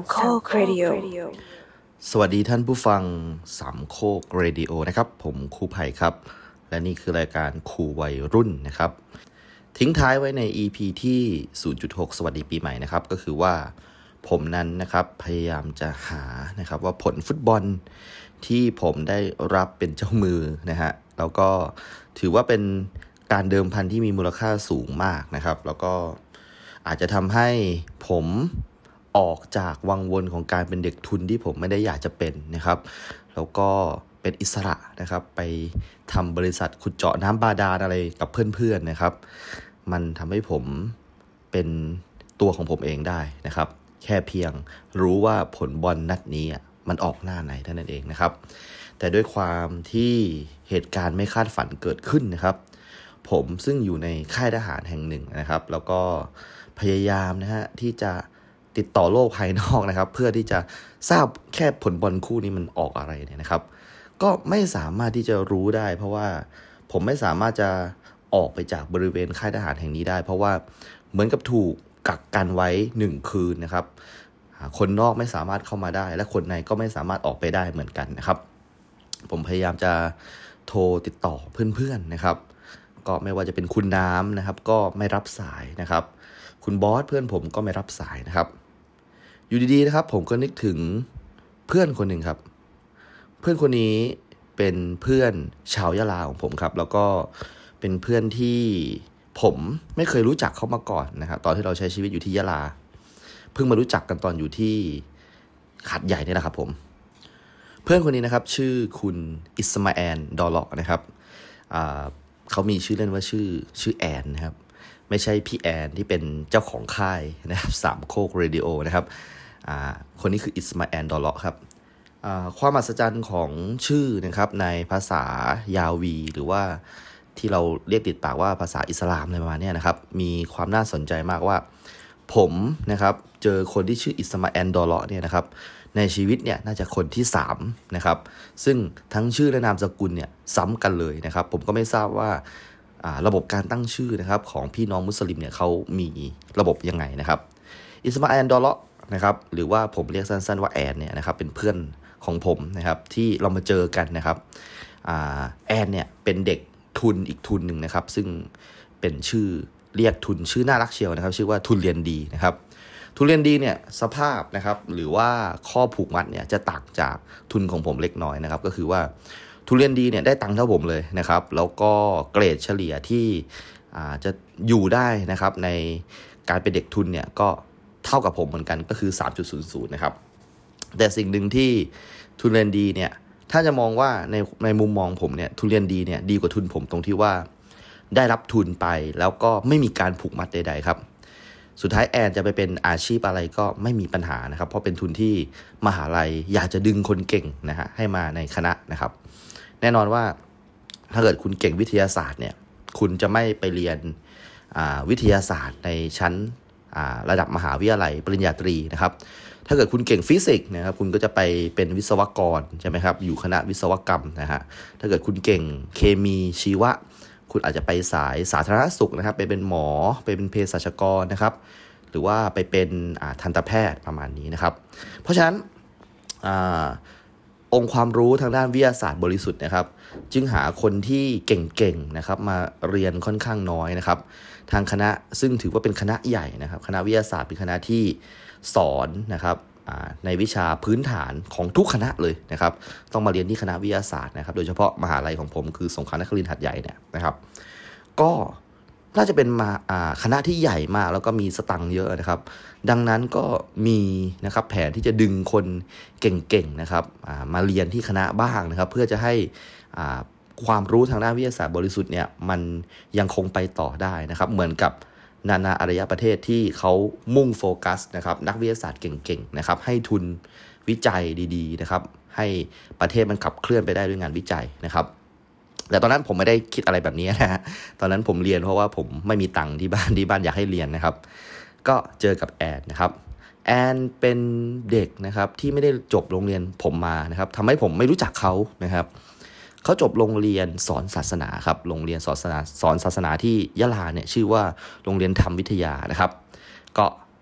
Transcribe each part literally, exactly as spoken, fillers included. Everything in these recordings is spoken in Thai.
โคกเรดิโอสวัสดีท่านผู้ฟังสามโคกเรดิโอนะครับผมครูไผ่ครับและนี่คือรายการครูวัยรุ่นนะครับทิ้งท้ายไว้ใน อี พี ที่ ศูนย์จุดหก สวัสดีปีใหม่นะครับก็คือว่าผมนั้นนะครับพยายามจะหานะครับว่าผลฟุตบอลที่ผมได้รับเป็นเจ้ามือนะฮะแล้วก็ถือว่าเป็นการเดิมพันที่มีมูลค่าสูงมากนะครับแล้วก็อาจจะทำให้ผมออกจากวังวนของการเป็นเด็กทุนที่ผมไม่ได้อยากจะเป็นนะครับแล้วก็เป็นอิสระนะครับไปทำบริษัทขุดเจาะน้ำบาดาลอะไรกับเพื่อนๆนะครับมันทำให้ผมเป็นตัวของผมเองได้นะครับแค่เพียงรู้ว่าผลบอลนัดนี้มันออกหน้าไหนเท่านั้นเองนะครับแต่ด้วยความที่เหตุการณ์ไม่คาดฝันเกิดขึ้นนะครับผมซึ่งอยู่ในค่ายทหารแห่งหนึ่งนะครับแล้วก็พยายามนะฮะที่จะติดต่อโลกภายนอกนะครับเพื่อที่จะทราบแค่ผลบอลคู่นี้มันออกอะไรเนี่ยนะครับก็ไม่สามารถที่จะรู้ได้เพราะว่าผมไม่สามารถจะออกไปจากบริเวณค่ายทหารแห่งนี้ได้เพราะว่าเหมือนกับถูกกักกันไว้หนึ่งคืนนะครับคนนอกไม่สามารถเข้ามาได้และคนในก็ไม่สามารถออกไปได้เหมือนกันนะครับผมพยายามจะโทรติดต่อเพื่อนๆนะครับก็ไม่ว่าจะเป็นคุณน้ำนะครับก็ไม่รับสายนะครับคุณบอสเพื่อนผมก็ไม่รับสายนะครับอยู่ดีๆนะครับผมก็นึกถึงเพื่อนคนหนึ่งครับเพื่อนคนนี้เป็นเพื่อนชาวยะลาของผมครับแล้วก็เป็นเพื่อนที่ผมไม่เคยรู้จักเขามาก่อนนะครับตอนที่เราใช้ชีวิตอยู่ที่ยะลาเพิ่งมารู้จักกันตอนอยู่ที่หาดใหญ่นี่แหละครับผมเพื่อนคนนี้นะครับชื่อคุณอิสมาแอนดอลเลาะนะครับเขามีชื่อเล่นว่าชื่อชื่อแอนนะครับไม่ใช่พี่แอนที่เป็นเจ้าของค่ายนะครับสามโคกเรดิโอนะครับคนนี้คืออิสมาแอนดอลเลาะครับความมหัศจรรย์ของชื่อนะครับในภาษายาวีหรือว่าที่เราเรียกติดปากว่าภาษาอิสลามอะไรประมาณนี้นะครับมีความน่าสนใจมากว่าผมนะครับเจอคนที่ชื่ออิสมาแอนดอลเลาะเนี่ยนะครับในชีวิตเนี่ยน่าจะคนที่สามนะครับซึ่งทั้งชื่อและนามสกุลเนี่ยซ้ำกันเลยนะครับผมก็ไม่ทราบว่าระบบการตั้งชื่อนะครับของพี่น้องมุสลิมเนี่ยเขามีระบบยังไงนะครับอิสมาแอนดอลเลาะนะครับหรือว่าผมเรียกสั้นๆว่าแอนเนี่ยนะครับเป็นเพื่อนของผมนะครับที่เรามาเจอกันนะครับอ่าแอนเนี่ยเป็นเด็กทุนอีกทุนหนึ่งนะครับซึ่งเป็นชื่อเรียกทุนชื่อน่ารักเชียวนะครับชื่อว่าทุนเรียนดีนะครับทุนเรียนดีเนี่ยสภาพนะครับหรือว่าข้อผูกมัดเนี่ยจะต่างจากทุนของผมเล็กน้อยนะครับก็คือว่าทุนเรียนดีเนี่ยได้ตังค์เท่าผมเลยนะครับแล้วก็เกรดเฉลี่ยที่อ่าจะอยู่ได้นะครับในการเป็นเด็กทุนเนี่ยก็เท่ากับผมเหมือนกันก็คือ สามจุดศูนย์ศูนย์ นะครับแต่สิ่งหนึ่งที่ทุนเรียนดีเนี่ยถ้าจะมองว่าในในมุมมองผมเนี่ยทุนเรียนดีเนี่ยดีกว่าทุนผมตรงที่ว่าได้รับทุนไปแล้วก็ไม่มีการผูกมัดใดๆครับสุดท้ายแอนจะไปเป็นอาชีพอะไรก็ไม่มีปัญหานะครับเพราะเป็นทุนที่มหาลัยอยากจะดึงคนเก่งนะฮะให้มาในคณะนะครับแน่นอนว่าถ้าเกิดคุณเก่งวิทยาศาสตร์เนี่ยคุณจะไม่ไปเรียนวิทยาศาสตร์ในชั้นระดับมหาวิทยาลัยปริญญาตรีนะครับถ้าเกิดคุณเก่งฟิสิกส์นะครับคุณก็จะไปเป็นวิศวกรใช่ไหมครับอยู่คณะวิศวกรรมนะฮะถ้าเกิดคุณเก่งเคมีชีวะคุณอาจจะไปสายสาธารณสุขนะครับไปเป็นหมอไปเป็นเภสัชกรนะครับหรือว่าไปเป็นทันตแพทย์ประมาณนี้นะครับเพราะฉะนั้นอาองค์ความรู้ทางด้านวิทยาศาสตร์บริสุทธิ์นะครับจึงหาคนที่เก่งๆนะครับมาเรียนค่อนข้างน้อยนะครับทางคณะซึ่งถือว่าเป็นคณะใหญ่นะครับคณะวิทยาศาสตร์เป็นคณะที่สอนนะครับในวิชาพื้นฐานของทุกคณะเลยนะครับต้องมาเรียนที่คณะวิทยาศาสตร์นะครับโดยเฉพาะมหาลัยของผมคือสงขลานครินทร์หาดใหญ่เนี่ยนะครับก็น่าจะเป็นมาคณะที่ใหญ่มากแล้วก็มีสตังค์เยอะนะครับดังนั้นก็มีนะครับแผนที่จะดึงคนเก่งๆนะครับมาเรียนที่คณะบ้างนะครับเพื่อจะให้ความรู้ทางด้านวิทยาศาสตร์บริสุทธิ์เนี่ยมันยังคงไปต่อได้นะครับเหมือนกับนานาอารยประเทศที่เขามุ่งโฟกัสนะครับนักวิทยาศาสตร์เก่งๆนะครับให้ทุนวิจัยดีๆนะครับให้ประเทศมันขับเคลื่อนไปได้ด้วยงานวิจัยนะครับแต่ตอนนั้นผมไม่ได้คิดอะไรแบบนี้นะฮะตอนนั้นผมเรียนเพราะว่าผมไม่มีตังค์ที่บ้านที่บ้านอยากให้เรียนนะครับก็เจอกับแอนนะครับแอนเป็นเด็กนะครับที่ไม่ได้จบโรงเรียนผมมานะครับทำให้ผมไม่รู้จักเขานะครับเขาจบโรงเรียนสอนศาสนาครับโรงเรียนสอนศาสนาสอนศาสนาที่ยะลาเนี่ยชื่อว่าโรงเรียนธรรมวิทยานะครับก็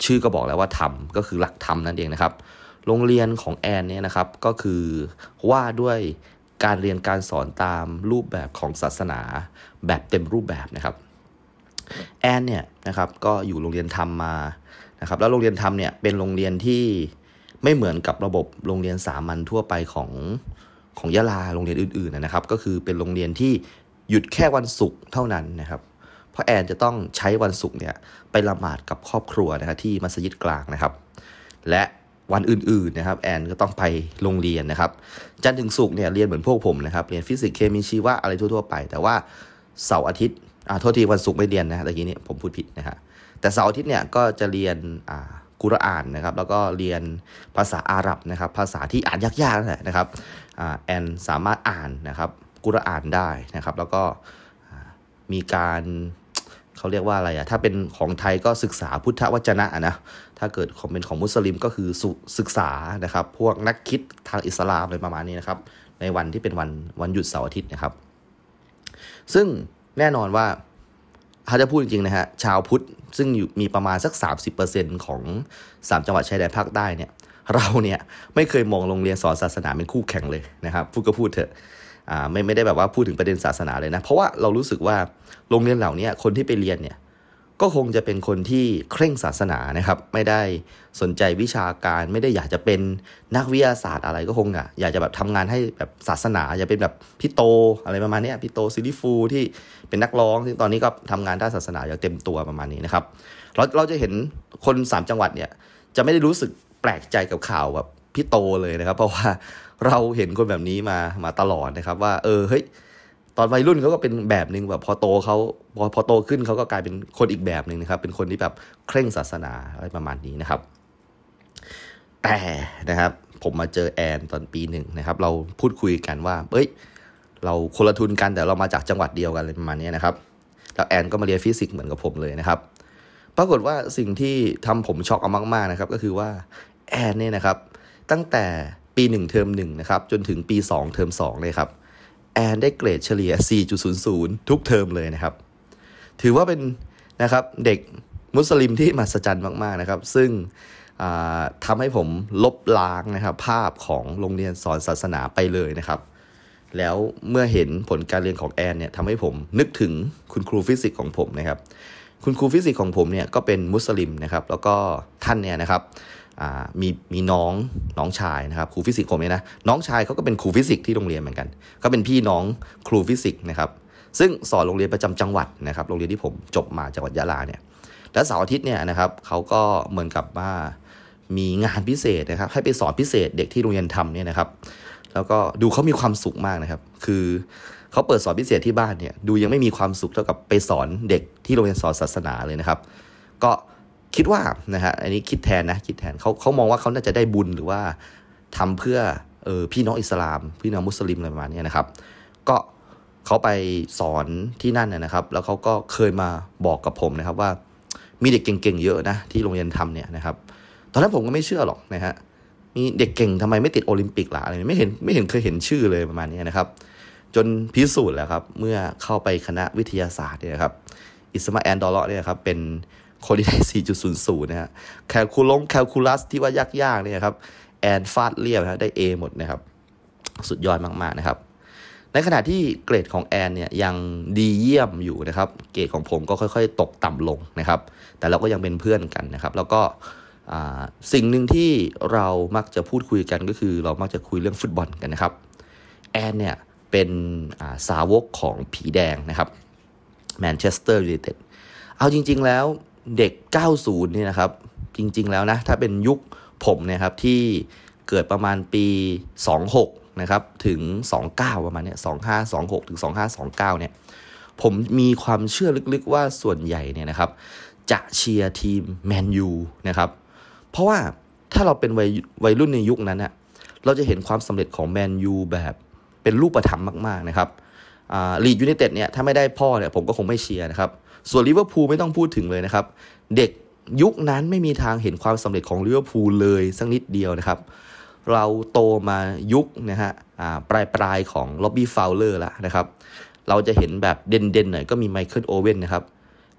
ชื่อก็บอกแล้วว่าธรรมก็คือหลักธรรมนั่นเองนะครับโรงเรียนของแอนเนี่ยนะครับก็คือว่าด้วยการเรียนการสอนตามรูปแบบของศาสนาแบบเต็มรูปแบบนะครับแอนเนี่ยนะครับก็อยู่โรงเรียนธรรมมานะครับแล้วโรงเรียนธรรมเนี่ยเป็นโรงเรียนที่ไม่เหมือนกับระบบโรงเรียนสามัญทั่วไปของของยะลาโรงเรียนอื่นๆนะครับก็คือเป็นโรงเรียนที่หยุดแค่วันศุกร์เท่านั้นนะครับเพราะแอนจะต้องใช้วันศุกร์เนี่ยไปละหมาดกับครอบครัวนะครับที่มัสยิดกลางนะครับและวันอื่นๆนะครับแอนก็ต้องไปโรงเรียนนะครับจันทร์ถึงศุกร์เนี่ยเรียนเหมือนพวกผมนะครับเรียนฟิสิกส์เคมีชีวะอะไรทั่วๆไปแต่ว่าเสาร์อาทิตย์อ่าโทษทีวันศุกร์ไม่เรียนนะตะกี้นี้ผมพูดผิดนะฮะแต่เสาร์อาทิตย์เนี่ยก็จะเรียนอ่ากุรอานนะครับแล้วก็เรียนภาษาอาหรับนะครับภาษาที่อ่านยากๆนั่นแหละนะครับอ่าแอนสามารถอ่านนะครับกุรอานได้นะครับแล้วก็มีการเขาเรียกว่าอะไรอะถ้าเป็นของไทยก็ศึกษาพุทธวจนะนะถ้าเกิดของเป็นของมุสลิมก็คือศึกษานะครับพวกนักคิดทางอิสลามอะไรประมาณนี้นะครับในวันที่เป็นวันวันหยุดเสาร์อาทิตย์นะครับซึ่งแน่นอนว่าถ้าจะพูดจริงๆนะฮะชาวพุทธซึ่งอยู่มีประมาณสัก สามสิบเปอร์เซ็นต์ ของสามจังหวัดชายแดนภาคใต้เนี่ยเราเนี่ยไม่เคยมองโรงเรียนสอนศาสนาเป็นคู่แข่งเลยนะครับพูดก็พูดเถอะอ่าไม่ไม่ได้แบบว่าพูดถึงประเด็นศาสนาเลยนะเพราะว่าเรารู้สึกว่าโรงเรียนเหล่านี้คนที่ไปเรียนเนี่ยก็คงจะเป็นคนที่เคร่งศาสนานะครับไม่ได้สนใจวิชาการไม่ได้อยากจะเป็นนักวิทยาศาสตร์อะไรก็คงอ่ะอยากจะแบบทำงานให้แบบศาสนาอยากเป็นแบบพี่โตอะไรประมาณนี้พี่โตซิลิฟูที่เป็นนักร้องซึ่งตอนนี้ก็ทำงานด้านศาสนาอย่างเต็มตัวประมาณนี้นะครับเราเราจะเห็นคนสามจังหวัดเนี่ยจะไม่ได้รู้สึกแปลกใจกับข่าวแบบพี่โตเลยนะครับเพราะว่าเราเห็นคนแบบนี้มามาตลอดนะครับว่าเออเฮ้ยตอนวัยรุ่นเขาก็เป็นแบบนึงแบบพอโตเขาพอพอโตขึ้นเขาก็กลายเป็นคนอีกแบบนึงนะครับเป็นคนที่แบบเคร่งศาสนาอะไรประมาณนี้นะครับแต่นะครับผมมาเจอแอนตอนปีหนึ่งนะครับเราพูดคุยกันว่าเอ้ยเราคนละทุนกันแต่เรามาจากจังหวัดเดียวกันอะไรประมาณนี้นะครับแล้วแอนก็มาเรียนฟิสิกส์เหมือนกับผมเลยนะครับปรากฏว่าสิ่งที่ทำผมช็อกเอามากๆนะครับก็คือว่าแอนเนี่ยนะครับตั้งแต่ปีหนึ่งเทอมหนึ่งนะครับจนถึงปีสองเทอมสองเลยครับแอนได้เกรดเฉลี่ย สี่จุดศูนย์ศูนย์ ทุกเทอมเลยนะครับถือว่าเป็นนะครับเด็กมุสลิมที่มหัศจรรย์มากๆนะครับซึ่งทำให้ผมลบล้างนะครับภาพของโรงเรียนสอนศาสนาไปเลยนะครับแล้วเมื่อเห็นผลการเรียนของแอนเนี่ยทำให้ผมนึกถึงคุณครูฟิสิกส์ของผมนะครับคุณครูฟิสิกส์ของผมเนี่ยก็เป็นมุสลิมนะครับแล้วก็ท่านเนี่ยนะครับมีมีน้องน้องชายนะครับครูฟิสิกส์ผมเนี่ยนะน้องชายเขาก็เป็นครูฟิสิกส์ที่โรงเรียนเหมือนกันก็เป็นพี่น้องครูฟิสิกส์นะครับซึ่งสอนโรงเรียนประจำจังหวัดนะครับโรงเรียนที่ผมจบมาจังหวัดยะลาเนี่ยแล้วเสาร์อาทิตย์เนี่ยนะครับเขาก็เหมือนกับว่ามีงานพิเศษนะครับให้ไปสอนพิเศษเด็กที่โรงเรียนทำเนี่ยนะครับแล้วก็ดูเขามีความสุขมากนะครับคือเขาเปิดสอนพิเศษที่บ้านเนี่ยดูยังไม่มีความสุขเท่ากับไปสอนเด็กที่โรงเรียนสอนศาสนาเลยนะครับก็คิดว่านะฮะอันนี้คิดแทนนะคิดแทนเขาเขามองว่าเขาน่าจะได้บุญหรือว่าทำเพื่อเออพี่น้องอิสลามพี่น้องมุสลิมอะไรประมาณนี้นะครับก็เขาไปสอนที่นั่นนะครับแล้วเขาก็เคยมาบอกกับผมนะครับว่ามีเด็กเก่งๆเยอะนะที่โรงเรียนทำเนี่ยนะครับตอนนั้นผมก็ไม่เชื่อหรอกนะฮะมีเด็กเก่งทำไมไม่ติดโอลิมปิกล่ะอะไรไม่เห็นไม่เห็นเคยเห็นชื่อเลยประมาณนี้นะครับจนพิสูจน์แล้วครับเมื่อเข้าไปคณะวิทยาศาสตร์เนี่ยครับอิสมาแอนดอลเลาะเนี่ยครับเป็นคนที่ได้ สี่จุดศูนย์ศูนย์ นะฮะแคลคูลงแคลคูลัสที่ว่ายากๆเนี่ยครับแอนฟาดเรียบนะได้ A หมดนะครับสุดยอดมากๆนะครับในขณะที่เกรดของแอนเนี่ยยังดีเยี่ยมอยู่นะครับเกรดของผมก็ค่อยๆตกต่ำลงนะครับแต่เราก็ยังเป็นเพื่อนกันนะครับแล้วก็สิ่งหนึ่งที่เรามักจะพูดคุยกันก็คือเรามักจะคุยเรื่องฟุตบอลกันนะครับแอนเนี่ยเป็นสาวกของผีแดงนะครับแมนเชสเตอร์ยูไนเต็ดเอาจริงๆแล้วเด็กเก้าสิบเนี่ยนะครับจริงๆแล้วนะถ้าเป็นยุคผมเนี่ยครับที่เกิดประมาณปีสองหกนะครับถึงสองสิบเก้าประมาณเนี้ยสองห้าสองหกถึงสองห้าสองเก้าเนี่ยผมมีความเชื่อลึกๆว่าส่วนใหญ่เนี่ยนะครับจะเชียร์ทีมแมนยูนะครับเพราะว่าถ้าเราเป็นวัยวัยรุ่นในยุคนั้นน่ะเราจะเห็นความสำเร็จของแมนยูแบบเป็นรูปธรรมมากๆนะครับอ่าลีดยูไนเต็ดเนี่ยถ้าไม่ได้พ่อเนี่ยผมก็คงไม่เชียร์นะครับส่วนลิเวอร์พูลไม่ต้องพูดถึงเลยนะครับเด็กยุคนั้นไม่มีทางเห็นความสำเร็จของลิเวอร์พูลเลยสักนิดเดียวนะครับเราโตมายุคนะฮะอ่าปลายปลายของล็อบบี้ฟาวเลอร์แล้วนะครับเราจะเห็นแบบเด่นๆหน่อยก็มีไมเคิลโอเว่นนะครับ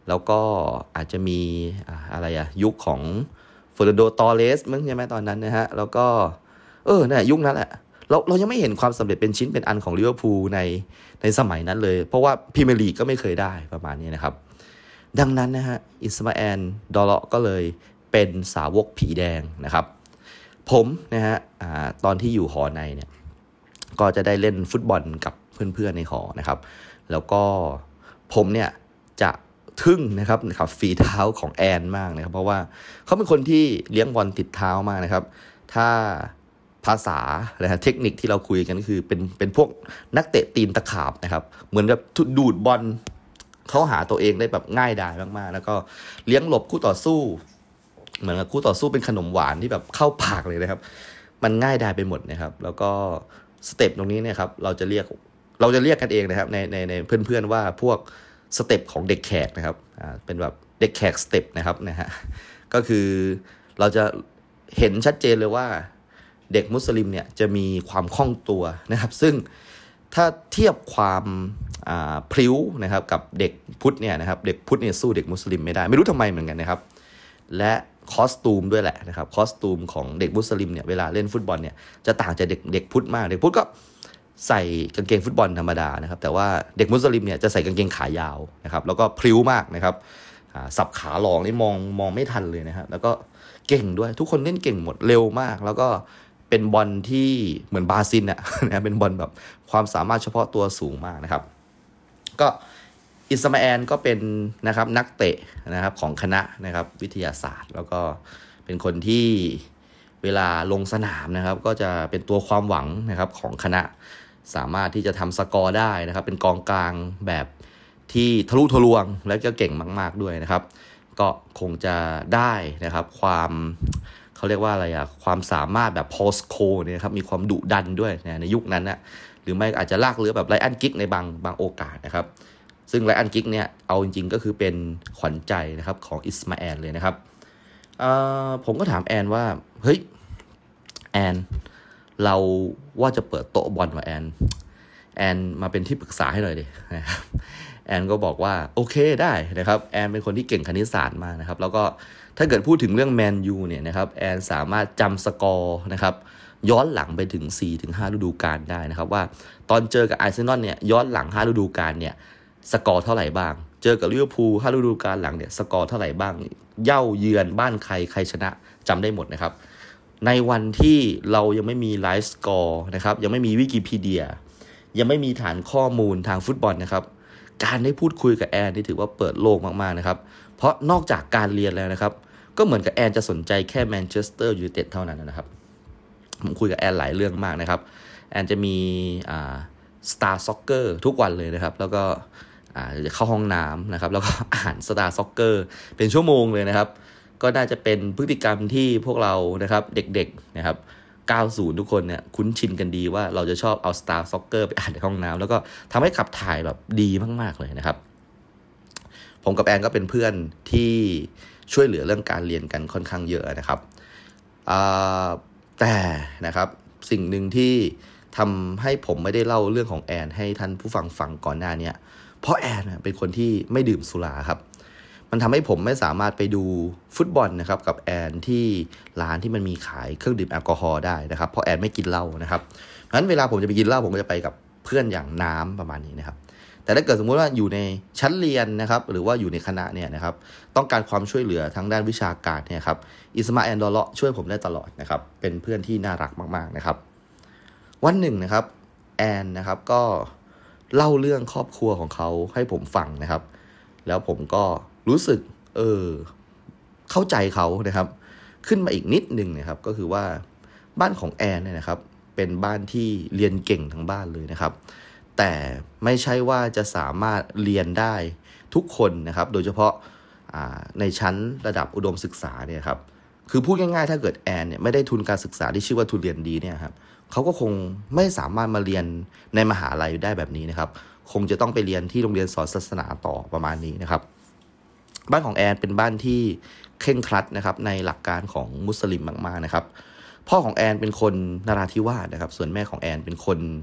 แล้วก็อาจจะมีอะไรอะยุคของเฟอร์นันโดตอเรสมั้งใช่ไหมตอนนั้นนะฮะแล้วก็เออเนี่ยยุคนั้นแหละเราเรายังไม่เห็นความสำเร็จเป็นชิ้นเป็นอันของลิเวอร์พูลในในสมัยนั้นเลยเพราะว่าพรีเมียร์ลีกก็ไม่เคยได้ประมาณนี้นะครับดังนั้นนะฮะอิสมาแอลดอเลาะก็เลยเป็นสาวกผีแดงนะครับผมนะฮะอ่าตอนที่อยู่หอในเนี่ยก็จะได้เล่นฟุตบอลกับเพื่อนๆในหอนะครับแล้วก็ผมเนี่ยจะทึ่งนะครับกับฝีเท้าของแอนมากนะครับเพราะว่าเขาเป็นคนที่เลี้ยงบอลติดเท้ามากนะครับถ้าภาษานะฮะเทคนิคที่เราคุยกันก็คือเป็นเป็นพวกนักเตะตีนตะขาบนะครับเหมือนกับดูดบอลเขาหาตัวเองได้แบบง่ายดายมากๆแล้วก็เลี้ยงหลบคู่ต่อสู้เหมือนกับคู่ต่อสู้เป็นขนมหวานที่แบบเข้าปากเลยนะครับมันง่ายดายไปหมดนะครับแล้วก็สเต็ปตรงนี้เนี่ยครับเราจะเรียกเราจะเรียกกันเองนะครับในในในเพื่อนๆว่าพวกสเต็ปของเด็กแขกนะครับอ่าเป็นแบบเด็กแขกสเต็ปนะครับนะฮะก็คือเราจะเห็นชัดเจนเลยว่าเด็กมุสลิมเนี่ยจะมีความคล่องตัวนะครับซึ่งถ้าเทียบความอ่าพริ้วนะครับกับเด็กพุทธเนี่ยนะครับเด็กพุทธเนี่ยสู้เด็กมุสลิมไม่ได้ไม่รู้ทำไมเหมือนกันนะครับและคอสตูมด้วยแหละนะครับคอสตูมของเด็กมุสลิมเนี่ยเวลาเล่นฟุตบอลเนี่ยจะต่างจากเด็กเด็กพุทธมากเด็กพุทธก็ใส่กางเกงฟุตบอลธรรมดานะครับแต่ว่าเด็กมุสลิมเนี่ยจะใส่กางเกงขายาวนะครับแล้วก็พริ้วมากนะครับสับขาหลอกนี่มองมองไม่ทันเลยนะครับแล้วก็เก่งด้วยทุกคนเล่นเก่งหมดเร็วมากแล้วก็เป็นบอลที่เหมือนบาซินอ่ะนะเป็นบอลแบบความสามารถเฉพาะตัวสูงมากนะครับก็อิสมาแอลก็เป็นนะครับนักเตะนะครับของคณะนะครับวิทยาศาสตร์แล้วก็เป็นคนที่เวลาลงสนามนะครับก็จะเป็นตัวความหวังนะครับของคณะสามารถที่จะทำสกอร์ได้นะครับเป็นกองกลางแบบที่ทะลุทะลวงและก็เก่งมากๆด้วยนะครับก็คงจะได้นะครับความเขาเรียกว่าอะไรอะความสามารถแบบโพสโคเนี่ยครับมีความดุดันด้วยนะในยุคนั้นนะหรือไม่อาจจะลากเรือแบบไรอันกิกในบางบางโอกาสนะครับซึ่งไรอันกิกเนี่ยเอาจริงๆก็คือเป็นขวัญใจนะครับของอิสมาแอลเลยนะครับผมก็ถามแอนว่าเฮ้ยแอนเราว่าจะเปิดโต๊ะบอลว่ะแอนแอนมาเป็นที่ปรึกษาให้หน่อยดินะครับแอนก็บอกว่าโอเคได้นะครับแอนเป็นคนที่เก่งคณิตศาสตร์มากนะครับแล้วก็ถ้าเกิดพูดถึงเรื่องแมนยูเนี่ยนะครับแอนสามารถจำสกอร์นะครับย้อนหลังไปถึง สี่ถึงห้า ฤดูกาลได้นะครับว่าตอนเจอกับอาร์เซนอลเนี่ยย้อนหลังห้าฤดูกาลเนี่ยสกอร์เท่าไหร่บ้างเจอกับลิเวอร์พูลห้าฤดูกาลหลังเนี่ยสกอร์เท่าไหร่บ้างเย่าเยือนบ้านใครใครชนะจำได้หมดนะครับในวันที่เรายังไม่มีไลฟ์สกอร์นะครับยังไม่มีวิกิพีเดียยังไม่มีฐานข้อมูลทางฟุตบอลนะครับการได้พูดคุยกับแอนนี่ถือว่าเปิดโลกมากๆนะครับเพราะนอกจากการเรียนแล้วนะครับก็เหมือนกับแอนจะสนใจแค่แมนเชสเตอร์ยูไนเต็ดเท่านั้นนะครับผมคุยกับแอนหลายเรื่องมากนะครับแอนจะมีอ่าสตาร์ซ็อกเกอร์ทุกวันเลยนะครับแล้วก็อ่าจะเข้าห้องน้ำนะครับแล้วก็อ่านสตาร์ซ็อกเกอร์เป็นชั่วโมงเลยนะครับก็น่าจะเป็นพฤติกรรมที่พวกเรานะครับเด็กๆนะครับเก้าสิบทุกคนเนี่ยคุ้นชินกันดีว่าเราจะชอบเอาสตาร์ซ็อกเกอร์ไปอ่านในห้องน้ำแล้วก็ทำให้ขับถ่ายแบบดีมากๆเลยนะครับผมกับแอนก็เป็นเพื่อนที่ช่วยเหลือเรื่องการเรียนกันค่อนข้างเยอะนะครับแต่นะครับสิ่งหนึ่งที่ทำให้ผมไม่ได้เล่าเรื่องของแอนให้ท่านผู้ฟังฟังก่อนหน้านี้เพราะแอนเป็นคนที่ไม่ดื่มสุราครับมันทำให้ผมไม่สามารถไปดูฟุตบอลนะครับกับแอนที่ร้านที่มันมีขายเครื่องดื่มแอลกอฮอล์ได้นะครับเพราะแอนไม่กินเหล้านะครับเพราะฉะนั้นเวลาผมจะไปกินเหล้าผมก็จะไปกับเพื่อนอย่างน้ำประมาณนี้นะครับแต่ถ้าเกิดสมมุติว่าอยู่ในชั้นเรียนนะครับหรือว่าอยู่ในคณะเนี่ยนะครับต้องการความช่วยเหลือทางด้านวิชาการเนี่ยครับอิสมาแอลดอเลาะช่วยผมได้ตลอดนะครับเป็นเพื่อนที่น่ารักมากๆนะครับวันหนึ่งนะครับแอนนะครับก็เล่าเรื่องครอบครัวของเขาให้ผมฟังนะครับแล้วผมก็รู้สึกเออเข้าใจเขานะครับขึ้นมาอีกนิดนึงนะครับก็คือว่าบ้านของแอนเนี่ยนะครับเป็นบ้านที่เรียนเก่งทั้งบ้านเลยนะครับแต่ไม่ใช่ว่าจะสามารถเรียนได้ทุกคนนะครับโดยเฉพาะในชั้นระดับอุดมศึกษาเนี่ยครับคือพูดง่ายๆถ้าเกิดแอนเนี่ยไม่ได้ทุนการศึกษาที่ชื่อว่าทุนเรียนดีเนี่ยครับเขาก็คงไม่สามารถมาเรียนในมหาลัยได้แบบนี้นะครับคงจะต้องไปเรียนที่โรงเรียนสอนศาสนาต่อประมาณนี้นะครับบ้านของแอนเป็นบ้านที่เคร่งครัดนะครับในหลักการของมุสลิมมากๆนะครับพ่อของแอนเป็นคนนราธิวาสนะครับส่วนแม่ของแอนเป็นคน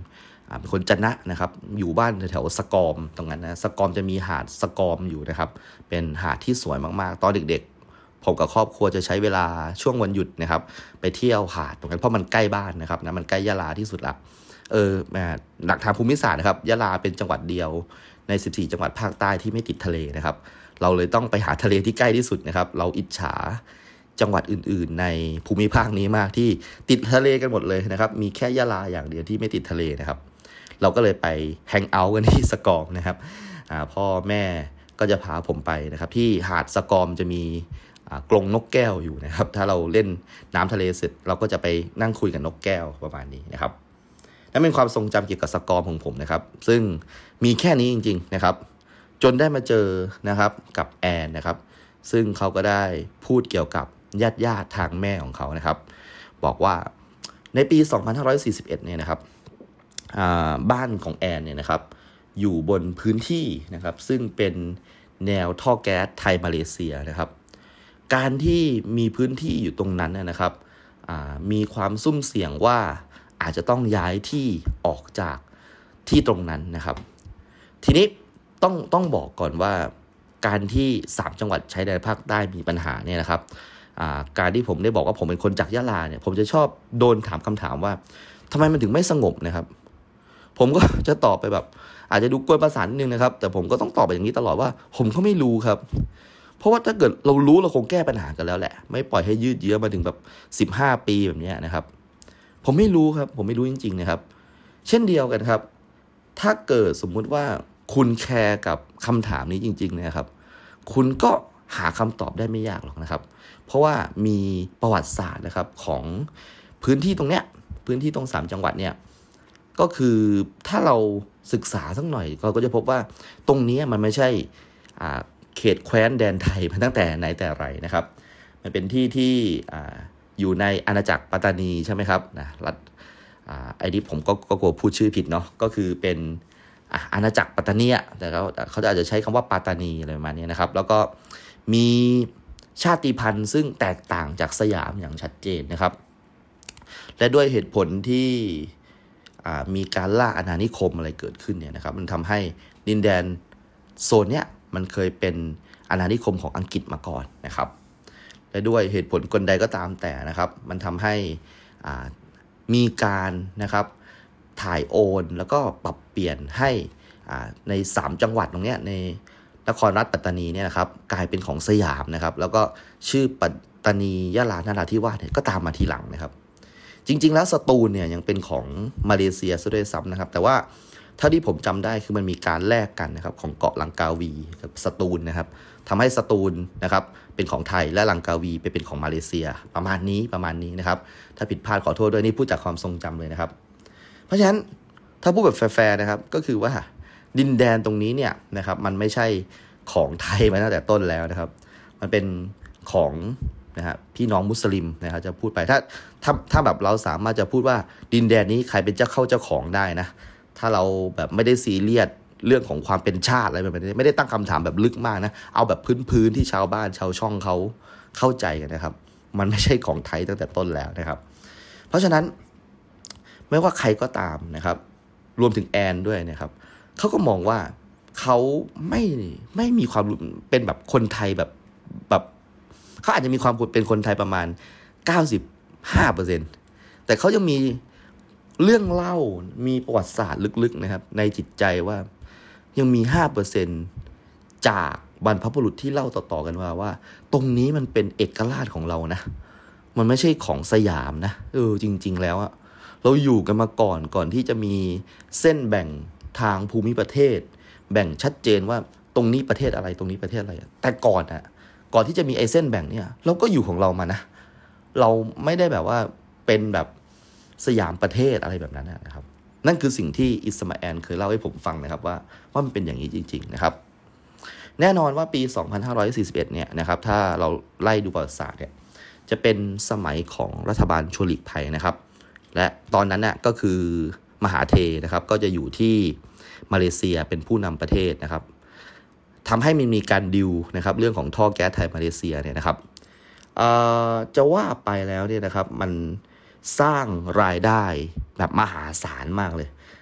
เป็นคนจันนะนะครับอยู่บ้านแถวสกอมตรงนั้นนะสกอมจะมีหาดสกอมอยู่นะครับเป็นหาดที่สวยมากๆตอนเด็กๆผมกับครอบครัวจะใช้เวลาช่วงวันหยุดนะครับไปเที่ยวหาดตรงนั้นเพราะมันใกล้บ้านนะครับนะมันใกล้ยะลาที่สุดละเออหลักทางภูมิศาสตร์นะครับยะลาเป็นจังหวัดเดียวในสิบสี่จังหวัดภาคใต้ที่ไม่ติดทะเลนะครับเราเลยต้องไปหาทะเลที่ใกล้ที่สุดนะครับเราอิจฉาจังหวัดอื่นๆในภูมิภาคนี้มากที่ติดทะเลกันหมดเลยนะครับมีแค่ยะลาอย่างเดียวที่ไม่ติดทะเลนะครับเราก็เลยไปแฮงเอาท์กันที่สกอมนะครับพ่อแม่ก็จะพาผมไปนะครับที่หาดสกอมจะมีกรงนกแก้วอยู่นะครับถ้าเราเล่นน้ำทะเลเสร็จเราก็จะไปนั่งคุยกับนกแก้วประมาณนี้นะครับนั่นเป็นความทรงจำเกี่ยวกับสกอมของผมนะครับซึ่งมีแค่นี้จริงๆนะครับจนได้มาเจอนะครับกับแอนนะครับซึ่งเขาก็ได้พูดเกี่ยวกับญาติญาติทางแม่ของเขานะครับบอกว่าในปีสองพันห้าร้อยสี่สิบเอ็ดเนี่ยนะครับบ้านของแอนเนี่ยนะครับอยู่บนพื้นที่นะครับซึ่งเป็นแนวท่อแก๊สไทยมาเลเซียนะครับการที่มีพื้นที่อยู่ตรงนั้นนะครับมีความซุ่มเสี่ยงว่าอาจจะต้องย้ายที่ออกจากที่ตรงนั้นนะครับทีนี้ต้องต้องบอกก่อนว่าการที่สามจังหวัดชายแดนภาคใต้มีปัญหาเนี่ยนะครับการที่ผมได้บอกว่าผมเป็นคนจากยะลาเนี่ยผมจะชอบโดนถามคำถามว่าทำไมมันถึงไม่สงบนะครับผมก็จะตอบไปแบบอาจจะดูกวนประสานนิดนึงนะครับแต่ผมก็ต้องตอบไปอย่างนี้ตลอดว่าผมก็ไม่รู้ครับเพราะว่าถ้าเกิดเรารู้เราคงแก้ปัญหากันแล้วแหละไม่ปล่อยให้ยืดเยื้อมาถึงแบบสิบห้าปีแบบนี้นะครับผมไม่รู้ครับผมไม่รู้จริงๆนะครับเช่นเดียวกันครับถ้าเกิดสมมุติว่าคุณแคร์กับคำถามนี้จริงๆนะครับคุณก็หาคำตอบได้ไม่ยากหรอกนะครับเพราะว่ามีประวัติศาสตร์นะครับของพื้นที่ตรงเนี้ยพื้นที่ตรงสามจังหวัดเนี่ยก็คือถ้าเราศึกษาสักหน่อยเราก็จะพบว่าตรงนี้มันไม่ใช่เขตแคว้นแดนไทยมาตั้งแต่ไหนแต่ไรนะครับมันเป็นที่ที่อยู่ในอาณาจักรปัตตานีใช่ไหมครับนะรัฐไอ้นี่ผมก็ก็กลัวพูดชื่อผิดเนาะก็คือเป็นอาณาจักรปัตตานีแต่เขาเขาอาจจะใช้คำว่าปัตตานีอะไรประมาณนี้นะครับแล้วก็มีชาติพันธุ์ซึ่งแตกต่างจากสยามอย่างชัดเจนนะครับและด้วยเหตุผลที่มีการล่าอาณานิคมอะไรเกิดขึ้นเนี่ยนะครับมันทำให้ดินแดนโซนเนี้ยมันเคยเป็นอาณานิคมของอังกฤษมาก่อนนะครับและด้วยเหตุผลกลใดก็ตามแต่นะครับมันทำให้มีการนะครับถ่ายโอนแล้วก็ปรับเปลี่ยนให้ในสามจังหวัดตรงเนี้ยในนครรัฐปัตตานีเนี่ยนะครับกลายเป็นของสยามนะครับแล้วก็ชื่อปัตตานียะลานราธิวาสเนี่ยก็ตามมาทีหลังนะครับจริงๆแล้วสตูลเนี่ยยังเป็นของมาเลเซียซะด้วยซ้ำนะครับแต่ว่าเท่าที่ผมจำได้คือมันมีการแลกกันนะครับของเกาะลังกาวีกับสตูลนะครับทำให้สตูลนะครับเป็นของไทยและลังกาวีไปเป็นของมาเลเซียประมาณนี้ประมาณนี้นะครับถ้าผิดพลาดขอโทษด้วยนี่พูดจากความทรงจำเลยนะครับเพราะฉะนั้นถ้าพูดแบบแฟร์ๆนะครับก็คือว่าดินแดนตรงนี้เนี่ยนะครับมันไม่ใช่ของไทยมาตั้งแต่ต้นแล้วนะครับมันเป็นของนะฮะพี่น้องมุสลิมนะครับจะพูดไปถ้าถ้าถ้าแบบเราสามารถจะพูดว่าดินแดนนี้ใครเป็นเจ้าเข้าเจ้าของได้นะถ้าเราแบบไม่ได้ซีเรียสเรื่องของความเป็นชาติอะไรแบบนี้ไม่ได้ตั้งคำถามแบบลึกมากนะเอาแบบพื้นๆที่ชาวบ้านชาวช่องเขาเข้าใจกันนะครับมันไม่ใช่ของไทยตั้งแต่ต้นแล้วนะครับเพราะฉะนั้นไม่ว่าใครก็ตามนะครับรวมถึงแอนด้วยนะครับเขาก็มองว่าเขาไม่ไม่มีความเป็นแบบคนไทยแบบแบบเขาอาจจะมีความเป็นคนไทยประมาณ เก้าสิบห้าเปอร์เซ็นต์ แต่เขายังมีเรื่องเล่ามีประวัติศาสตร์ลึกๆนะครับในจิตใจว่ายังมี ห้าเปอร์เซ็นต์ จากบรรพบุรุษที่เล่าต่อๆกันว่าว่าตรงนี้มันเป็นเอกราชของเรานะมันไม่ใช่ของสยามนะเออจริงๆแล้วอะเราอยู่กันมาก่อนก่อนที่จะมีเส้นแบ่งทางภูมิประเทศแบ่งชัดเจนว่าตรงนี้ประเทศอะไรตรงนี้ประเทศอะไรแต่ก่อนอะก่อนที่จะมีไอ้เส้นแบ่งเนี่ยเราก็อยู่ของเรามานะเราไม่ได้แบบว่าเป็นแบบสยามประเทศอะไรแบบนั้นนะครับนั่นคือสิ่งที่อิสมาแอลเคยเล่าให้ผมฟังนะครับว่าว่ามันเป็นอย่างนี้จริงๆนะครับแน่นอนว่าปีสองพันห้าร้อยสี่สิบเอ็ดเนี่ยนะครับถ้าเราไล่ดูประวัติศาสตร์เนี่ยจะเป็นสมัยของรัฐบาลชัวหลีกภัยนะครับและตอนนั้นน่ะก็คือมหาเทนะครับก็จะอยู่ที่มาเลเซียเป็นผู้นำประเทศนะครับทำให้มันมีการดิวนะครับเรื่องของท่อแก๊สไทยมาเลเซียเนี่ยนะครับจะว่าไปแล้วเนี่ยนะครับมันสร้างรายได้แบบมหาศาลมากเลย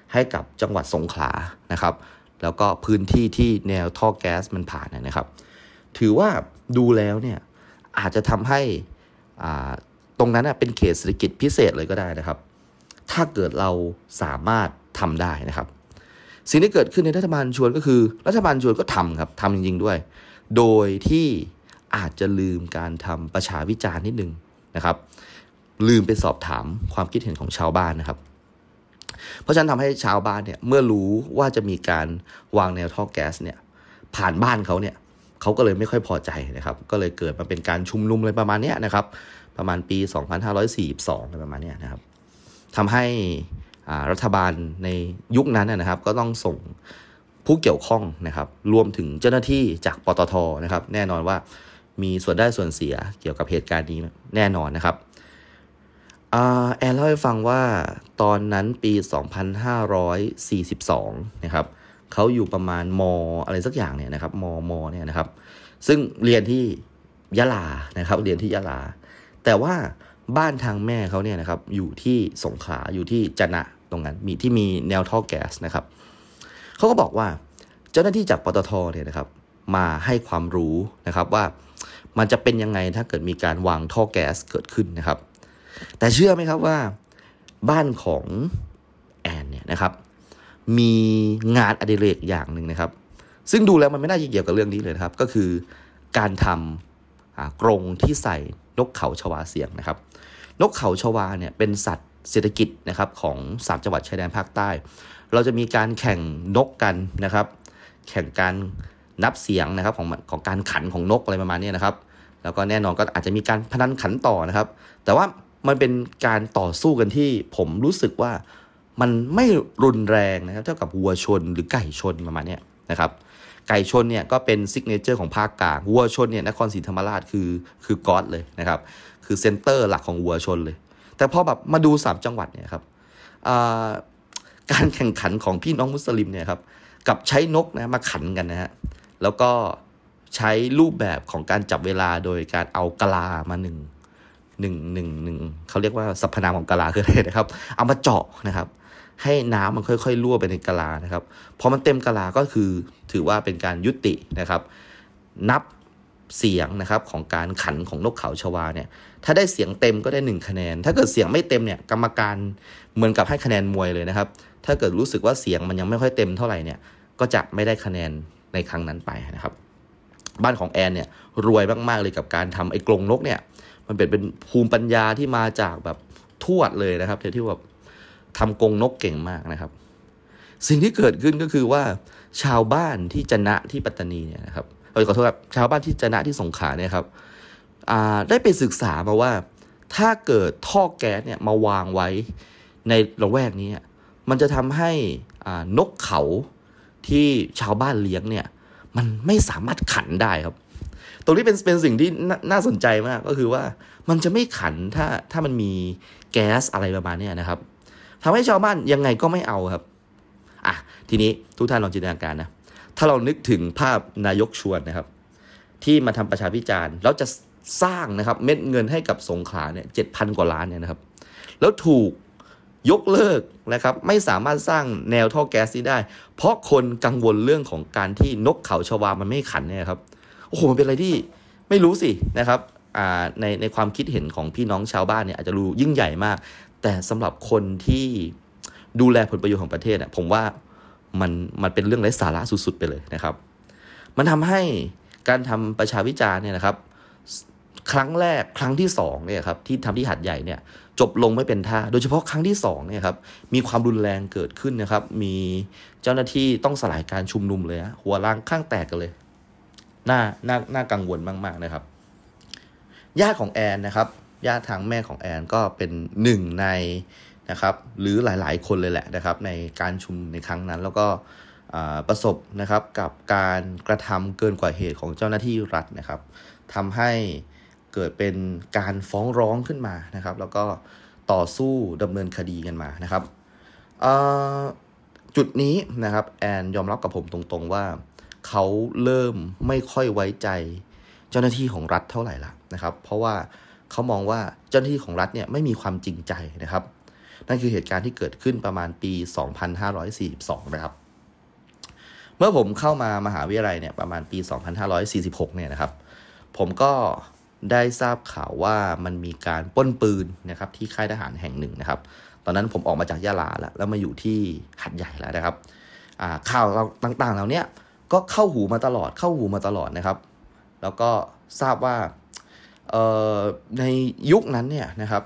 ให้กับจังหวัดสงขลานะครับแล้วก็พื้นที่ที่แนวท่อแก๊สมันผ่านนะครับถือว่าดูแล้วเนี่ยอาจจะทำให้อ่าตรงนั้นเป็นเขตเศรษฐกิจพิเศษเลยก็ได้นะครับถ้าเกิดเราสามารถทำได้นะครับสิ่งที่เกิดขึ้นในรัฐบาลชวนก็คือรัฐบาลชวนก็ทำครับทำจริงๆด้วยโดยที่อาจจะลืมการทำประชาวิจารณ์นิดนึงนะครับลืมไปสอบถามความคิดเห็นของชาวบ้านนะครับเพราะฉะนั้นทำให้ชาวบ้านเนี่ยเมื่อรู้ว่าจะมีการวางแนวท่อแก๊สเนี่ยผ่านบ้านเขาเนี่ยเขาก็เลยไม่ค่อยพอใจนะครับก็เลยเกิดมาเป็นการชุมนุมอะไรประมาณนี้นะครับประมาณปีสองพันห้าร้อยสี่สิบสองอะไรประมาณนี้นะครับทำให้รัฐบาลในยุคนั้นนะครับก็ต้องส่งผู้เกี่ยวข้องนะครับรวมถึงเจ้าหน้าที่จากปตท.นะครับแน่นอนว่ามีส่วนได้ส่วนเสียเกี่ยวกับเหตุการณ์นี้แน่นอนนะครับแอนเล่าให้ฟังว่าตอนนั้นปีสองพันห้าร้อยสี่สิบสองนะครับเขาอยู่ประมาณมอะไรสักอย่างเนี่ยนะครับมมเนี่ยนะครับซึ่งเรียนที่ยะลานะครับเรียนที่ยะลาแต่ว่าบ้านทางแม่เขาเนี่ยนะครับอยู่ที่สงขลาอยู่ที่จะนะตรงนั้นมีที่มีแนวท่อแก๊สนะครับเขาก็บอกว่าเจ้าหน้าที่จากปตท.เนี่ยนะครับมาให้ความรู้นะครับว่ามันจะเป็นยังไงถ้าเกิดมีการวางท่อแก๊สเกิดขึ้นนะครับแต่เชื่อไหมครับว่าบ้านของแอนเนี่ยนะครับมีงานอดิเรกอย่างหนึ่งนะครับซึ่งดูแล้วมันไม่น่าจะเกี่ยวกับเรื่องนี้เลยนะครับก็คือการทำกรงที่ใส่นกเขาชวาเสียงนะครับนกเขาชวาเนี่ยเป็นสัตว์เศรษฐกิจนะครับของสามจังหวัดชายแดนภาคใต้เราจะมีการแข่งนกกันนะครับแข่งการนับเสียงนะครับของของการขันของนกอะไรประมาณนี้นะครับแล้วก็แน่นอนก็อาจจะมีการพนันขันต่อนะครับแต่ว่ามันเป็นการต่อสู้กันที่ผมรู้สึกว่ามันไม่รุนแรงนะครับเท่ากับวัวชนหรือไก่ชนประมาณนี้นะครับไก่ชนเนี่ยก็เป็นซิกเนเจอร์ของภาคกลางวัวชนเนี่ยนครศรีธรรมราชคือคือก๊อดเลยนะครับคือเซ็นเตอร์หลักของวัวชนเลยแต่พอแบบมาดูสามจังหวัดเนี่ยครับการแข่งขันของพี่น้องมุสลิมเนี่ยครับกับใช้นกนะมาขันกันนะฮะแล้วก็ใช้รูปแบบของการจับเวลาโดยการเอากะลามาหนึ่งหนึ่งหนึ่งหนึ่งเขาเรียกว่าสรรพนามของกะลาคืออะไรนะครับเอามาเจาะนะครับให้น้ำมันค่อยๆรั่วไปในกะลานะครับพอมันเต็มกะลาก็คือถือว่าเป็นการยุตินะครับนับเสียงนะครับของการขันของนกเขาชวาเนี่ยถ้าได้เสียงเต็มก็ได้หนึ่งคะแนนถ้าเกิดเสียงไม่เต็มเนี่ยกรรมการเหมือนกับให้คะแนนมวยเลยนะครับถ้าเกิดรู้สึกว่าเสียงมันยังไม่ค่อยเต็มเท่าไหร่เนี่ยก็จะไม่ได้คะแนนในครั้งนั้นไปนะครับบ้านของแอนเนี่ยรวยมากๆเลยกับการทำไอ้กรงนกเนี่ยมันเป็นเป็นภูมิปัญญาที่มาจากแบบทวดเลยนะครับที่แบบทำกรงนกเก่งมากนะครับสิ่งที่เกิดขึ้นก็คือว่าชาวบ้านที่จะนะที่ปัตตานีเนี่ยนะครับเออขอโทษครับชาวบ้านที่จะนะที่สงขลาเนี่ยครับได้ไปศึกษามาว่าถ้าเกิดท่อแก๊สเนี่ยมาวางไว้ในละแวกนี้มันจะทำให้นกเขาที่ชาวบ้านเลี้ยงเนี่ยมันไม่สามารถขันได้ครับตรงนี้เป็นเป็นสิ่งที่น่าสนใจมากก็คือว่ามันจะไม่ขันถ้าถ้ามันมีแก๊สอะไรประมาณนี้นะครับทำให้ชาวบ้านยังไงก็ไม่เอาครับอ่ะทีนี้ทุกท่านลองจินตนาการนะถ้าเรานึกถึงภาพนายกชวนนะครับที่มาทำประชาพิจารณ์แล้วจะสร้างนะครับเม็ดเงินให้กับสงขลาเนี่ยเจ็ดพันกว่าล้านเนี่ยนะครับแล้วถูกยกเลิกนะครับไม่สามารถสร้างแนวท่อแก๊สนี้ได้เพราะคนกังวลเรื่องของการที่นกเขาชวามันไม่ขันเนี่ยครับโอ้โหมันเป็นอะไรที่ไม่รู้สินะครับในในความคิดเห็นของพี่น้องชาวบ้านเนี่ยอาจจะรู้ยิ่งใหญ่มากแต่สำหรับคนที่ดูแลผลประโยชน์ของประเทศเนี่ยผมว่ามันมันเป็นเรื่องไร้สาระสุดๆไปเลยนะครับมันทำให้การทำประชาวิจารณ์เนี่ยนะครับครั้งแรกครั้งที่สองเนี่ยครับที่ทำที่หาดใหญ่เนี่ยจบลงไม่เป็นท่าโดยเฉพาะครั้งที่สองเนี่ยครับมีความรุนแรงเกิดขึ้นนะครับมีเจ้าหน้าที่ต้องสลายการชุมนุมเลยฮะหัวล้างข้างแตกกันเลยน่าน่าน่ากังวลมากๆนะครับญาติของแอนนะครับญาติทางแม่ของแอนก็เป็นหนึ่งในนะครับหรือหลายๆคนเลยแหละนะครับในการชุมในครั้งนั้นแล้วก็ประสบนะครับกับการกระทำเกินกว่าเหตุของเจ้าหน้าที่รัฐนะครับทำให้เกิดเป็นการฟ้องร้องขึ้นมานะครับแล้วก็ต่อสู้ดำเนินคดีกันมานะครับจุดนี้นะครับแอนยอมรับกับผมตรงๆว่าเขาเริ่มไม่ค่อยไว้ใจเจ้าหน้าที่ของรัฐเท่าไหร่ละนะครับเพราะว่าเขามองว่าเจ้าหน้าที่ของรัฐเนี่ยไม่มีความจริงใจนะครับนั่นคือเหตุการณ์ที่เกิดขึ้นประมาณปีสองพันห้าร้อยสี่สิบสองนะครับเมื่อผมเข้ามามหาวิทยาลัยเนี่ยประมาณปีสองพันห้าร้อยสี่สิบหกเนี่ยนะครับผมก็ได้ทราบข่าวว่ามันมีการปล้นปืนนะครับที่ค่ายทหารแห่งหนึ่งนะครับตอนนั้นผมออกมาจากยะลาแล้วแล้วมาอยู่ที่หัดใหญ่แล้วนะครับข่าวต่างๆเหล่านี้ก็เข้าหูมาตลอดเข้าหูมาตลอดนะครับแล้วก็ทราบว่าในยุคนั้นเนี่ยนะครับ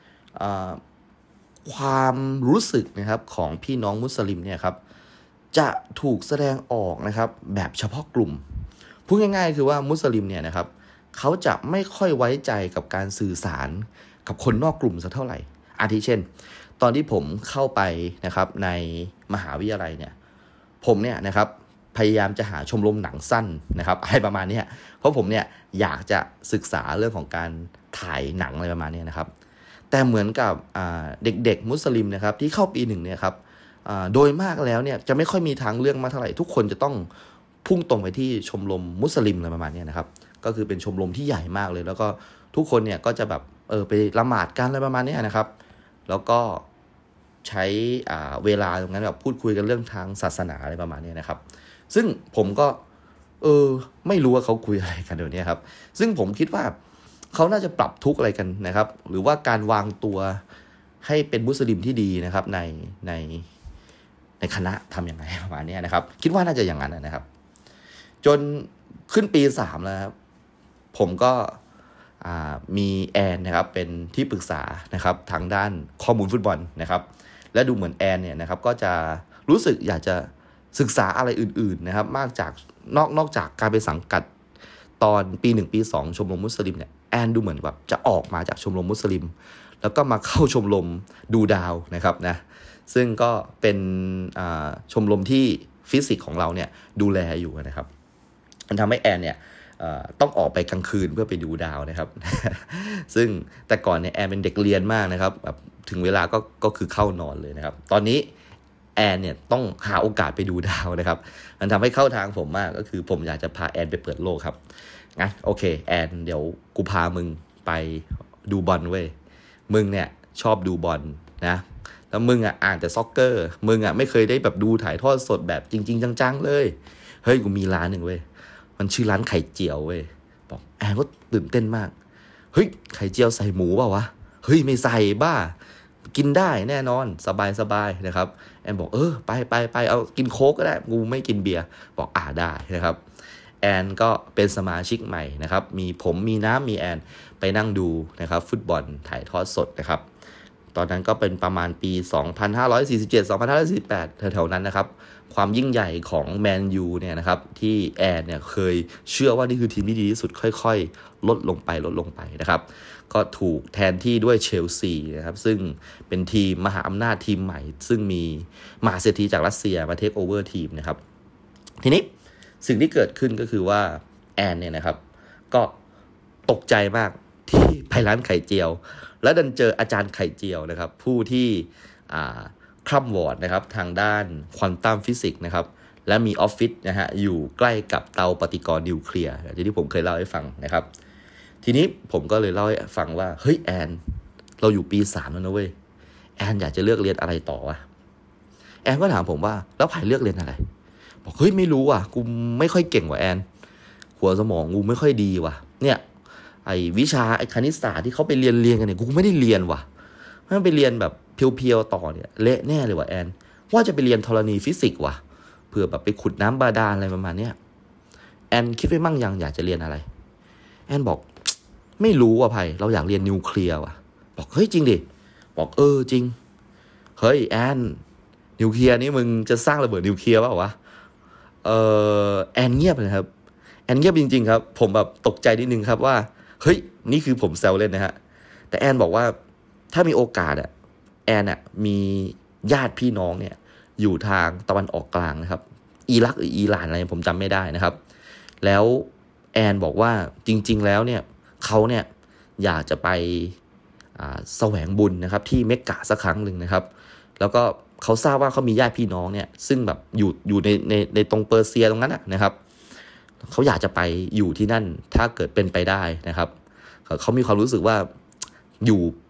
ความรู้สึกนะครับของพี่น้องมุสลิมเนี่ยครับจะถูกแสดงออกนะครับแบบเฉพาะกลุ่มพูดง่ายๆคือว่ามุสลิมเนี่ยนะครับเขาจะไม่ค่อยไว้ใจกับการสื่อสารกับคนนอกกลุ่มสักเท่าไหร่อาทิเช่นตอนที่ผมเข้าไปนะครับในมหาวิทยาลัยเนี่ยผมเนี่ยนะครับพยายามจะหาชมรมหนังสั้นนะครับอะไรประมาณนี้เพราะผมเนี่ยอยากจะศึกษาเรื่องของการถ่ายหนังอะไรประมาณนี้นะครับแต่เหมือนกับเด็กๆมุสลิมนะครับที่เข้าปีหนึ่งเนี่ยครับโดยมากแล้วเนี่ยจะไม่ค่อยมีทางเลือกมาเท่าไหร่ทุกคนจะต้องพุ่งตรงไปที่ชมรมมุสลิมอะไรประมาณนี้นะครับก็คือเป็นชมรมที่ใหญ่มากเลยแล้วก็ทุกคนเนี่ยก็จะแบบเออไปละหมาดกันอะไรประมาณนี้นะครับแล้วก็ใช้เวลาตรงนั้นแบบพูดคุยกันเรื่องทางศาสนาอะไรประมาณนี้นะครับซึ่งผมก็เออไม่รู้ว่าเขาคุยอะไรกันเดี๋ยวนี้ครับซึ่งผมคิดว่าเขาน่าจะปรับทุกข์อะไรกันนะครับหรือว่าการวางตัวให้เป็นมุสลิมที่ดีนะครับในในในคณะทำยังไงประมาณนี้นะครับคิดว่าน่าจะอย่างนั้นนะครับจนขึ้นปีสามแล้วครับผมก็มีแอนนะครับเป็นที่ปรึกษานะครับทางด้านข้อมูลฟุตบอลนะครับและดูเหมือนแอนเนี่ยนะครับก็จะรู้สึกอยากจะศึกษาอะไรอื่นๆนะครับมากจากนอกนอกจากการไปสังกัดตอนปีหนึ่งปีสองชมรมมุสลิมเนี่ยแอนดูเหมือนแบบจะออกมาจากชมรมมุสลิมแล้วก็มาเข้าชมรมดูดาวนะครับนะซึ่งก็เป็นชมรมที่ฟิสิกส์ของเราเนี่ยดูแลอยู่นะครับมันทำให้แอนเนี่ยต้องออกไปกลางคืนเพื่อไปดูดาวนะครับ ซึ่งแต่ก่อนเนี่ยแอนเป็นเด็กเรียนมากนะครับแบบถึงเวลาก็ก็คือเข้านอนเลยนะครับตอนนี้แอนเนี่ยต้องหาโอกาสไปดูดาวนะครับมันทำให้เข้าทางผมมากก็คือผมอยากจะพาแอนไปเปิดโลกครับงั้นโอเคแอนเดี๋ยวกูพามึงไปดูบอลเว้ยมึงเนี่ยชอบดูบอลนะแล้วมึงอ่ะอ่านแต่ซ็อกเกอร์มึงอ่ะไม่เคยได้แบบดูถ่ายทอดสดแบบจริงๆจังๆเลยเฮ้ยกูมีร้านหนึ่งเว้ยมันชื่อร้านไข่เจียวเว้ยบอกแอนก็ตื่นเต้นมากเฮ้ยไข่เจียวใส่หมูเปล่าวะเฮ้ยไม่ใส่บ้ากินได้แน่นอนสบายๆนะครับแอนบอกเออไปไปไปเอากินโค้กก็ได้กูไม่กินเบียร์บอกอ่าได้นะครับแอนก็เป็นสมาชิกใหม่นะครับมีผมมีน้ำมีแอนไปนั่งดูนะครับฟุตบอลถ่ายทอดสดนะครับตอนนั้นก็เป็นประมาณปีสองพันห้าร้อยสี่สิบเจ็ด สองพันห้าร้อยสี่สิบแปดแถวๆนั้นนะครับความยิ่งใหญ่ของแมนยูเนี่ยนะครับที่แอนเนี่ยเคยเชื่อว่านี่คือทีมที่ดีที่สุดค่อยๆลดลงไปลดลงไปนะครับก็ถูกแทนที่ด้วยเชลซีนะครับซึ่งเป็นทีมมหาอำนาจทีมใหม่ซึ่งมีมหาเศรษฐีจากรัสเซียมาเทคโอเวอร์ทีมนะครับทีนี้สิ่งที่เกิดขึ้นก็คือว่าแอนเนี่ยนะครับก็ตกใจมากที่ไปร้านไข่เจียวแล้วดันเจออาจารย์ไข่เจียวนะครับผู้ที่คร่ำวอร์ดนะครับทางด้านควอนตัมฟิสิกส์นะครับและมีออฟฟิศนะฮะอยู่ใกล้กับเตาปฏิกรณ์นิวเคลียร์ที่ผมเคยเล่าให้ฟังนะครับทีนี้ผมก็เลยเล่าให้ฟังว่าเฮ้ยแอนเราอยู่ปีสามแล้วนะเว้ยแอนอยากจะเลือกเรียนอะไรต่อวะแอนก็ถามผมว่าแล้วไผ่เลือกเรียนอะไรบอกเฮ้ยไม่รู้ว่ะกูไม่ค่อยเก่งว่ะแอนหัวสมองกูไม่ค่อยดีว่ะเนี่ยไอ้วิชาไอ้คณิตศาสตร์ที่เขาไปเรียนเรียนกันเนี่ยกูไม่ได้เรียนว่ะถ้าไปเรียนแบบเพียวๆต่อเนี่ยเละแน่เลยว่ะแอนว่าจะไปเรียนธรณีฟิสิกส์ว่ะเพื่อแบบไปขุดน้ำบาดาลอะไรประมาณเนี้ยแอนคิดไว้มั่งยังอยากจะเรียนอะไรแอนบอกไม่รู้ว่ะไผ่เราอยากเรียนนิวเคลียร์ว่ะบอกเฮ้ยจริงดิบอกเออจริงเฮ้ยแอนนิวเคลียร์นี่มึงจะสร้างระเบิดนิวเคลียร์เปล่าวะเออแอนเงียบเลยครับแอนเงียบจริงๆครับผมแบบตกใจนิดนึงครับว่าเฮ้ยนี่คือผมแซวเล่นนะฮะแต่แอนบอกว่าถ้ามีโอกาสอ่ะแอนอ่ะมีญาติพี่น้องเนี่ยอยู่ทางตะวันออกกลางนะครับอิรักหรืออิหร่านอะไรผมจำไม่ได้นะครับแล้วแอนบอกว่าจริงๆแล้วเนี่ยเขาเนี่ยอยากจะไปแสวงบุญนะครับที่เมกกะสักครั้งหนึ่งนะครับแล้วก็เขาทราบว่าเขามีญาติพี่น้องเนี่ยซึ่งแบบอยู่อยู่ในในในตรงเปอร์เซียตรงนั้นนะครับเขาอยากจะไปอยู่ที่นั่นถ้าเกิดเป็นไปได้นะครับเขามีความรู้สึกว่าอยู่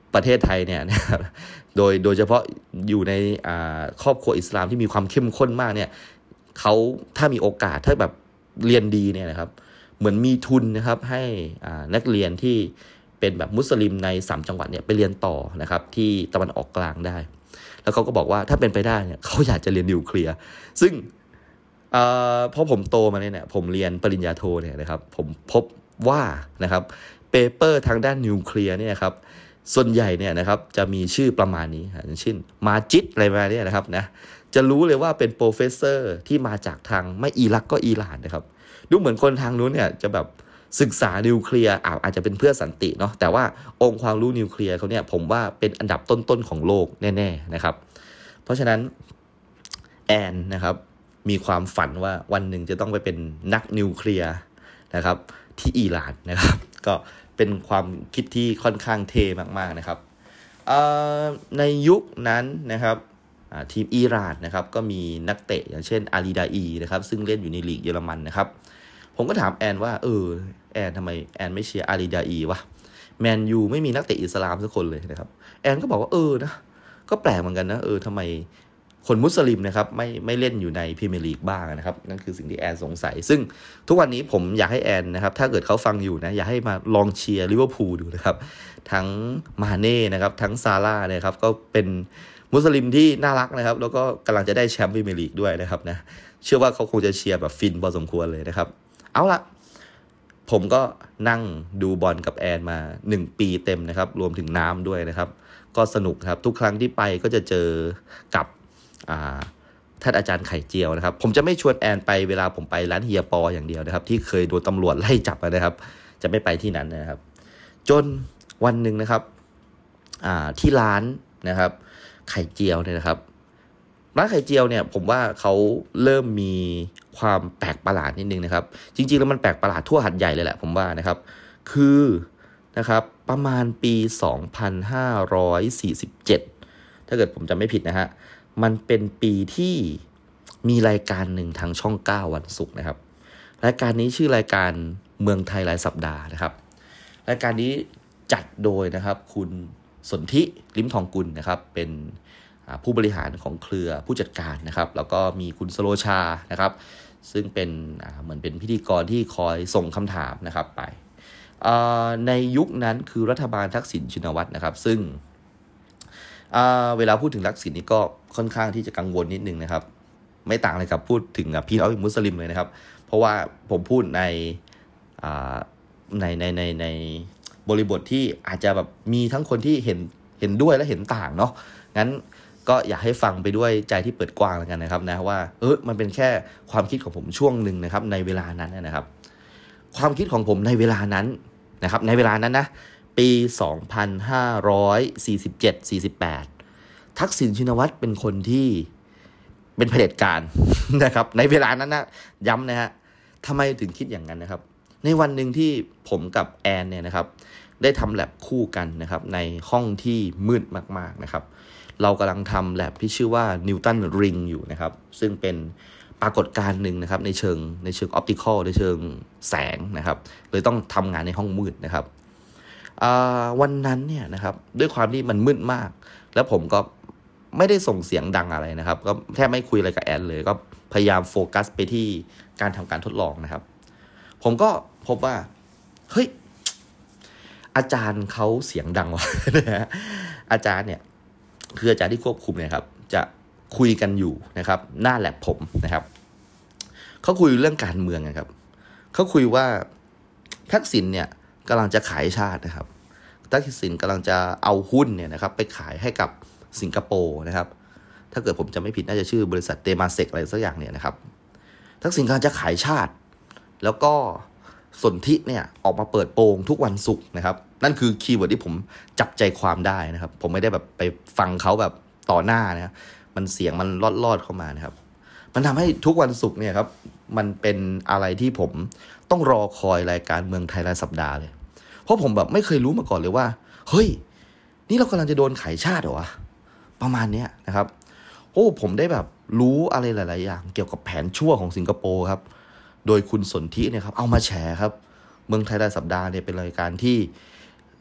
ประเทศไทยเนี่ย โดยโดยเฉพาะอยู่ในครอบครัวอิสลามที่มีความเข้มข้นมากเนี่ยเขาถ้ามีโอกาสถ้าแบบเรียนดีเนี่ยนะครับเหมือนมีทุนนะครับให้นักเรียนที่เป็นแบบมุสลิมในสามจังหวัดเนี่ยไปเรียนต่อนะครับที่ตะวันออกกลางได้แล้วเขาก็บอกว่าถ้าเป็นไปได้เนี่ยเขาอยากจะเรียนนิวเคลียร์ซึ่งพอผมโตมาเนี่ยผมเรียนปริญญาโทเนี่ยนะครับผมพบว่านะครับเปเปอร์ทางด้านนิวเคลียร์เนี่ยครับส่วนใหญ่เนี่ยนะครับจะมีชื่อประมาณนี้อย่างเช่นมาจิดอะไรประมาณนี้นะครับนะจะรู้เลยว่าเป็นโปรเฟสเซอร์ที่มาจากทางไม่อิรักก็อิหร่านนะครับดูเหมือนคนทางนู้นเนี่ยจะแบบศึกษานิวเคลียร์อาจจะเป็นเพื่อสันติเนาะแต่ว่าองค์ความรู้นิวเคลียร์เขาเนี่ยผมว่าเป็นอันดับต้นๆของโลกแน่ๆนะครับเพราะฉะนั้นแอนนะครับมีความฝันว่าวันหนึ่งจะต้องไปเป็นนักนิวเคลียร์นะครับที่อิหร่านนะครับก็เป็นความคิดที่ค่อนข้างเท่มากๆนะครับในยุคนั้นนะครับทีมอิหร่านนะครับก็มีนักเตะอย่างเช่นอาลีดาอีนะครับซึ่งเล่นอยู่ในลีกเยอรมันนะครับผมก็ถามแอนว่าเออแอนทำไมแอนไม่เชียร์อาลีดาอีวะแมนยูไม่มีนักเตะอิสลามสักคนเลยนะครับแอนก็บอกว่าเออนะก็แปลกเหมือนกันนะเออทำไมคนมุสลิมนะครับไม่ไม่เล่นอยู่ในพรีเมียร์ลีกบ้างนะครับนั่นคือสิ่งที่แอนสงสัยซึ่งทุกวันนี้ผมอยากให้แอนนะครับถ้าเกิดเขาฟังอยู่นะอยากให้มาลองเชียร์ลิเวอร์พูลดูนะครับทั้งมาเน่นะครับทั้งซาร่านะครับก็เป็นมุสลิมที่น่ารักนะครับแล้วก็กำลังจะได้แชมป์พรีเมียร์ลีกด้วยนะครับนะเชื่อว่าเขาคงจะเชียร์แบบฟินพอสมควรเลยนะครับเอาละผมก็นั่งดูบอลกับแอนมาหนึ่งปีเต็มนะครับรวมถึงน้ำด้วยนะครับก็สนุกครับทุกครั้งที่ไปก็จะเจอกับท่านอาจารย์ไข่เจียวนะครับผมจะไม่ชวนแอนไปเวลาผมไปร้านเฮียปออย่างเดียวนะครับที่เคยโดนตำรวจไล่จับนะครับจะไม่ไปที่นั้นนะครับจนวันหนึ่งนะครับที่ร้านนะครับไข่เจียวเนี่ยนะครับร้านไข่เจียวเนี่ยผมว่าเขาเริ่มมีความแปลกประหลาดนิดนึงนะครับจริงๆแล้วมันแปลกประหลาดทั่วหัดใหญ่เลยแหละผมว่านะครับคือนะครับประมาณปีสองพันห้าร้อยสี่สิบเจ็ดถ้าเกิดผมจำไม่ผิดนะฮะมันเป็นปีที่มีรายการหนึ่งทางช่องเก้าวันศุกร์นะครับรายการนี้ชื่อรายการเมืองไทยรายสัปดาห์นะครับรายการนี้จัดโดยนะครับคุณสนธิลิ้มทองกุลนะครับเป็นผู้บริหารของเครือผู้จัดการนะครับแล้วก็มีคุณสโลชานะครับซึ่งเป็นเหมือนเป็นพิธีกรที่คอยส่งคำถามนะครับไปในยุคนั้นคือรัฐบาลทักษิณชินวัตรนะครับซึ่งเวลาพูดถึงทักษิณนี่ก็ค่อนข้างที่จะกังวลนิดนึงนะครับไม่ต่างอะไรกับพูดถึงพี่น้องมุสลิมเลยนะครับเพราะว่าผมพูดในในในในในบริบทที่อาจจะแบบมีทั้งคนที่เห็นเห็นด้วยและเห็นต่างเนาะงั้นก็อยากให้ฟังไปด้วยใจที่เปิดกว้างแล้วกันนะครับนะว่าเออมันเป็นแค่ความคิดของผมช่วงหนึ่งนะครับในเวลานั้นนะครับความคิดของผมในเวลานั้นนะครับในเวลานั้นนะปีสองพันห้าร้อยสี่สิบเจ็ด สี่สิบแปดทักษิณชินวัตรเป็นคนที่เป็นเผด็จการนะครับในเวลานั้นนะย้ำนะฮะทำไมถึงคิดอย่างนั้นนะครับในวันหนึ่งที่ผมกับแอนเนี่ยนะครับได้ทำแลบคู่กันนะครับในห้องที่มืดมากๆนะครับเรากำลังทำแลบที่ชื่อว่านิวตันริงอยู่นะครับซึ่งเป็นปรากฏการณ์หนึ่งนะครับในเชิงในเชิงออปติคอลในเชิงแสงนะครับเลยต้องทำงานในห้องมืดนะครับวันนั้นเนี่ยนะครับด้วยความที่มันมืดมากแล้วผมก็ไม่ได้ส่งเสียงดังอะไรนะครับก็แทบไม่คุยอะไรกับแอนเลยก็พยายามโฟกัสไปที่การทำการทดลองนะครับผมก็พบว่าเฮ้ยอาจารย์เขาเสียงดังว่ะอาจารย์เนี่ยคืออาจารย์ที่ควบคุมเนี่ยครับจะคุยกันอยู่นะครับหน้าแลบผมนะครับเขาคุยเรื่องการเมืองนะครับเขาคุยว่าทักษิณเนี่ยกำลังจะขายชาตินะครับทักษิณกำลังจะเอาหุ้นเนี่ยนะครับไปขายให้กับสิงคโปร์นะครับถ้าเกิดผมจำไม่ผิดน่าจะชื่อบริษัทเตมาเซกอะไรสักอย่างเนี่ยนะครับทักษิณกำลังจะขายชาติแล้วก็สนธิเนี่ยออกมาเปิดโปงทุกวันศุกร์นะครับนั่นคือคีย์เวิร์ดที่ผมจับใจความได้นะครับผมไม่ได้แบบไปฟังเขาแบบต่อหน้านะมันเสียงมันลอดๆเข้ามานะครับมันทำให้ทุกวันศุกร์เนี่ยครับมันเป็นอะไรที่ผมต้องรอคอยรายการเมืองไทยรายสัปดาห์เลยเพราะผมแบบไม่เคยรู้มาก่อนเลยว่าเฮ้ยนี่เรากำลังจะโดนขายชาติเหรอวะประมาณนี้นะครับโอ้ผมได้แบบรู้อะไรหลายๆอย่างเกี่ยวกับแผนชั่วของสิงคโปร์ครับโดยคุณสนธิเนี่ยครับเอามาแชร์ครับเมืองไทยรายสัปดาห์เนี่ยเป็นรายการที่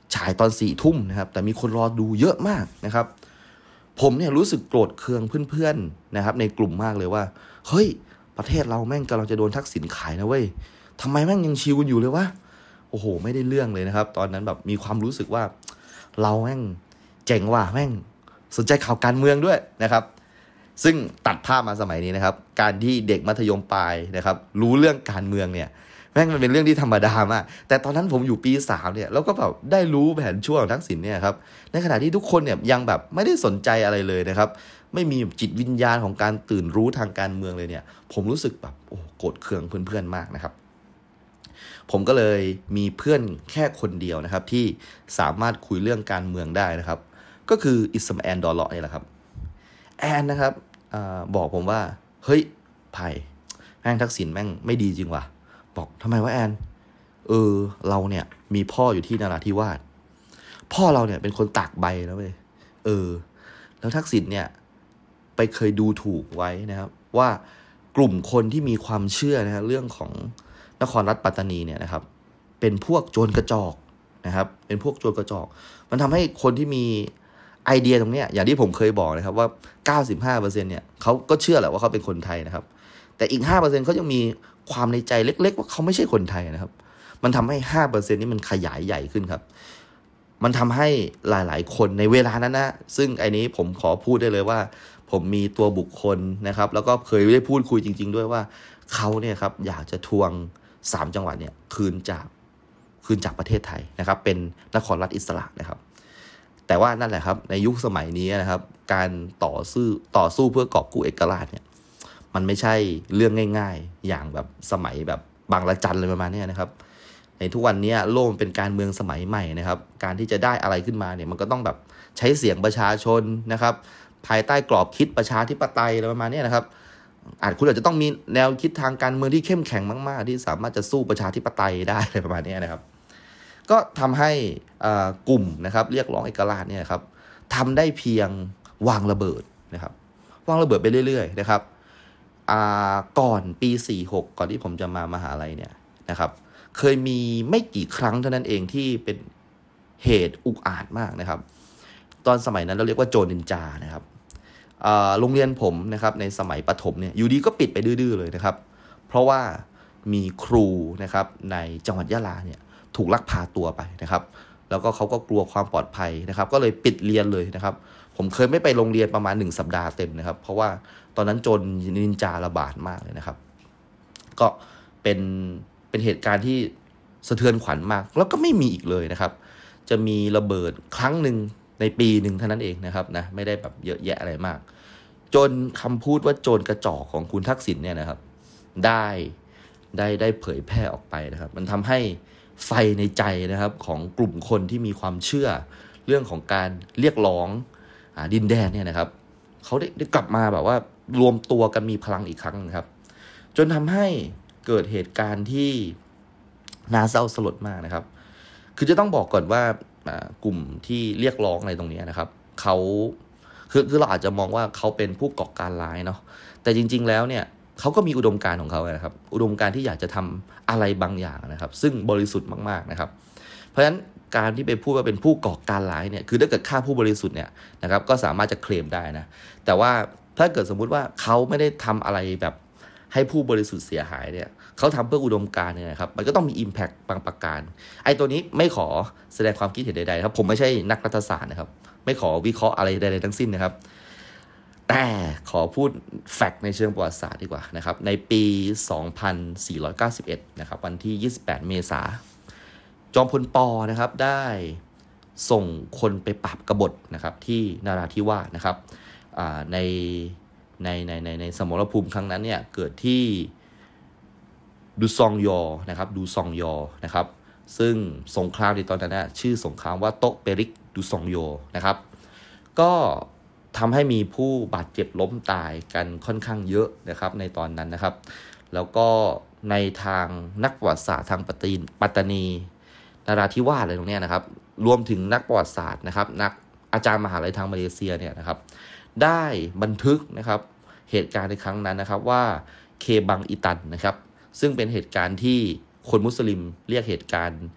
ฉายตอนสี่ทุ่มนะครับแต่มีคนรอดูเยอะมากนะครับผมเนี่ยรู้สึกโกรธเคืองเพื่อนๆนะครับในกลุ่มมากเลยว่าเฮ้ยประเทศเราแม่งกำลังจะโดนทักษิณขายนะเว้ยทำไมแม่งยังชิวกันอยู่เลยวะโอ้โหไม่ได้เรื่องเลยนะครับตอนนั้นแบบมีความรู้สึกว่าเราแม่งเจ๋งว่ะแม่งสนใจข่าวการเมืองด้วยนะครับซึ่งตัดภาพมาสมัยนี้นะครับการที่เด็กมัธยมปลายนะครับรู้เรื่องการเมืองเนี่ยแม่งมันเป็นเรื่องที่ธรรมดามากแต่ตอนนั้นผมอยู่ปีสามเนี่ยแล้วก็แบบได้รู้แผนชั่วของทักษิณเนี่ยครับในขณะที่ทุกคนเนี่ยยังแบบไม่ได้สนใจอะไรเลยนะครับไม่มีจิตวิญญาณของการตื่นรู้ทางการเมืองเลยเนี่ยผมรู้สึกแบบโอ้โกรธเคืองเพื่อนๆมากนะครับผมก็เลยมีเพื่อนแค่คนเดียวนะครับที่สามารถคุยเรื่องการเมืองได้นะครับก็คืออิสมาแอนดอลเลาะนี่แหละครับแอนนะครับอ่าบอกผมว่าเฮ้ยไผ่แม่งทักษิณแม่งไม่ดีจริงว่ะบอกทำไมวะแอนเออเราเนี่ยมีพ่ออยู่ที่นราธิวาสพ่อเราเนี่ยเป็นคนตากใบนะเว้ยเออแล้วทักษิณเนี่ยไปเคยดูถูกไว้นะครับว่ากลุ่มคนที่มีความเชื่อนะครับเรื่องของนครรัฐปัตตานีเนี่ยนะครับเป็นพวกโจรกระจอกนะครับเป็นพวกโจรกระจอกมันทำให้คนที่มีไอเดียตรงเนี้ยอย่างที่ผมเคยบอกนะครับว่า เก้าสิบห้าเปอร์เซ็นต์ เนี่ยเขาก็เชื่อแหละว่าเขาเป็นคนไทยนะครับแต่อีก ห้าเปอร์เซ็นต์ เขายังมีความในใจเล็กๆว่าเขาไม่ใช่คนไทยนะครับมันทำให้ ห้าเปอร์เซ็นต์ นี้มันขยายใหญ่ขึ้นครับมันทำให้หลายๆคนในเวลานั้นนะซึ่งไอ้นี้ผมขอพูดได้เลยว่าผมมีตัวบุคคลนะครับแล้วก็เคยได้พูดคุยจริงๆด้วยว่าเขาเนี่ยครับอยากจะทวงสามจังหวัดเนี่ยคืนจากคืนจากประเทศไทยนะครับเป็นนครรัฐอิสระนะครับแต่ว่านั่นแหละครับในยุคสมัยนี้นะครับการต่อสู้ต่อสู้เพื่อกอบกู้เอกราชเนี่ยมันไม่ใช่เรื่องง่ายๆอย่างแบบสมัยแบบบางระจันเลยประมาณนี้นะครับในทุกวันนี้โลกเป็นการเมืองสมัยใหม่นะครับการที่จะได้อะไรขึ้นมาเนี่ยมันก็ต้องแบบใช้เสียงประชาชนนะครับภายใต้กรอบคิดประชาธิปไตยอะไรประมาณนี้นะครับอาจคุณอาจจะต้องมีแนวคิดทางการเมืองที่เข้มแข็งมากๆที่สามารถจะสู้ประชาธิปไตยได้อะไรประมาณนี้นะครับก็ทำให้กลุ่มนะครับเรียกร้องเอกราชเนี่ยครับทำได้เพียงวางระเบิดนะครับวางระเบิดไปเรื่อยๆนะครับก่อนปีสี่สิบหกก่อนที่ผมจะมามหาลัยเนี่ยนะครับเคยมีไม่กี่ครั้งเท่านั้นเองที่เป็นเหตุอุกอาจมากนะครับตอนสมัยนั้นเราเรียกว่าโจรนินจานะครับโรงเรียนผมนะครับในสมัยประถมเนี่ยอยู่ดีก็ปิดไปดื้อๆเลยนะครับเพราะว่ามีครูนะครับในจังหวัดยะลาเนี่ยถูกลักพาตัวไปนะครับแล้วก็เขาก็กลัวความปลอดภัยนะครับก็เลยปิดเรียนเลยนะครับผมเคยไม่ไปโรงเรียนประมาณหนึ่งสัปดาห์เต็มนะครับเพราะว่าตอนนั้นโจรนินจาระบาดมากเลยนะครับก็เป็นเป็นเหตุการณ์ที่สะเทือนขวัญมากแล้วก็ไม่มีอีกเลยนะครับจะมีระเบิดครั้งหนึ่งในปีหนึ่งเท่านั้นเองนะครับนะไม่ได้แบบเยอะแยะอะไรมากจนคำพูดว่าโจรกระจอกของคุณทักษิณเนี่ยนะครับได้ได้ได้เผยแพร่ออกไปนะครับมันทำให้ไฟในใจนะครับของกลุ่มคนที่มีความเชื่อเรื่องของการเรียกร้องอ่าดินแดนเนี่ยนะครับเขาได้ได้กลับมาแบบว่ารวมตัวกันมีพลังอีกครั้งนะครับจนทำให้เกิดเหตุการณ์ที่น่าเศร้าสลดมากนะครับคือจะต้องบอกก่อนว่ากลุ่มที่เรียกร้องอะไรตรงนี้นะครับเขาคือคือเราอาจจะมองว่าเขาเป็นผู้ก่อการร้ายเนาะแต่จริงๆแล้วเนี่ยเขาก็มีอุดมการณ์ของเขานะครับอุดมการณ์ที่อยากจะทำอะไรบางอย่างนะครับซึ่งบริสุทธิ์มากๆนะครับเพราะฉะนั้นการที่ไปพูดว่าเป็นผู้ก่อการร้ายเนี่ยคือถ้าเกิดฆ่าผู้บริสุทธิ์เนี่ยนะครับก็สามารถจะเคลมได้นะแต่ว่าถ้าเกิดสมมุติว่าเขาไม่ได้ทำอะไรแบบให้ผู้บริสุทธิ์เสียหายเนี่ยเขาทำเพื่ออุดมการณ์เนี่ยนะครับมันก็ต้องมี impact บางประการไอ้ตัวนี้ไม่ขอแสดงความคิดเห็นใดๆครับผมไม่ใช่นักรัฐศาสตร์นะครับไม่ขอวิเคราะห์อะไรใดๆทั้งสิ้นนะครับแต่ขอพูดแฟกต์ในเชิงประวัติศาสตร์ดีกว่านะครับในปีสองพันสี่ร้อยเก้าสิบเอ็ดนะครับวันที่ยี่สิบแปดเมษายนจอมพลป.นะครับได้ส่งคนไปปราบกบฏนะครับที่นราธิวาสนะครับในในในในในสมรภูมิครั้งนั้นเนี่ยเกิดที่ดูซองยอนะครับดูซองยอนะครับซึ่งสงครามในตอนนั้นนะชื่อสงครามว่าโตเปริกดูซองโยนะครับก็ทำให้มีผู้บาดเจ็บล้มตายกันค่อนข้างเยอะนะครับในตอนนั้นนะครับแล้วก็ในทางนักประวัติศาสตร์ทางปัตตานีนราธิวาสอะไรตรงนี้นะครับรวมถึงนักประวัติศาสตร์นะครับนักอาจารย์มหาลัยทางมาเลเซียเนี่ยนะครับได้บันทึกนะครับเหตุการณ์ในครั้งนั้นนะครับว่าเคบังอิตันนะครับซึ่งเป็นเหตุการณ์ที่คนมุสลิมเรียกเหตุการณ์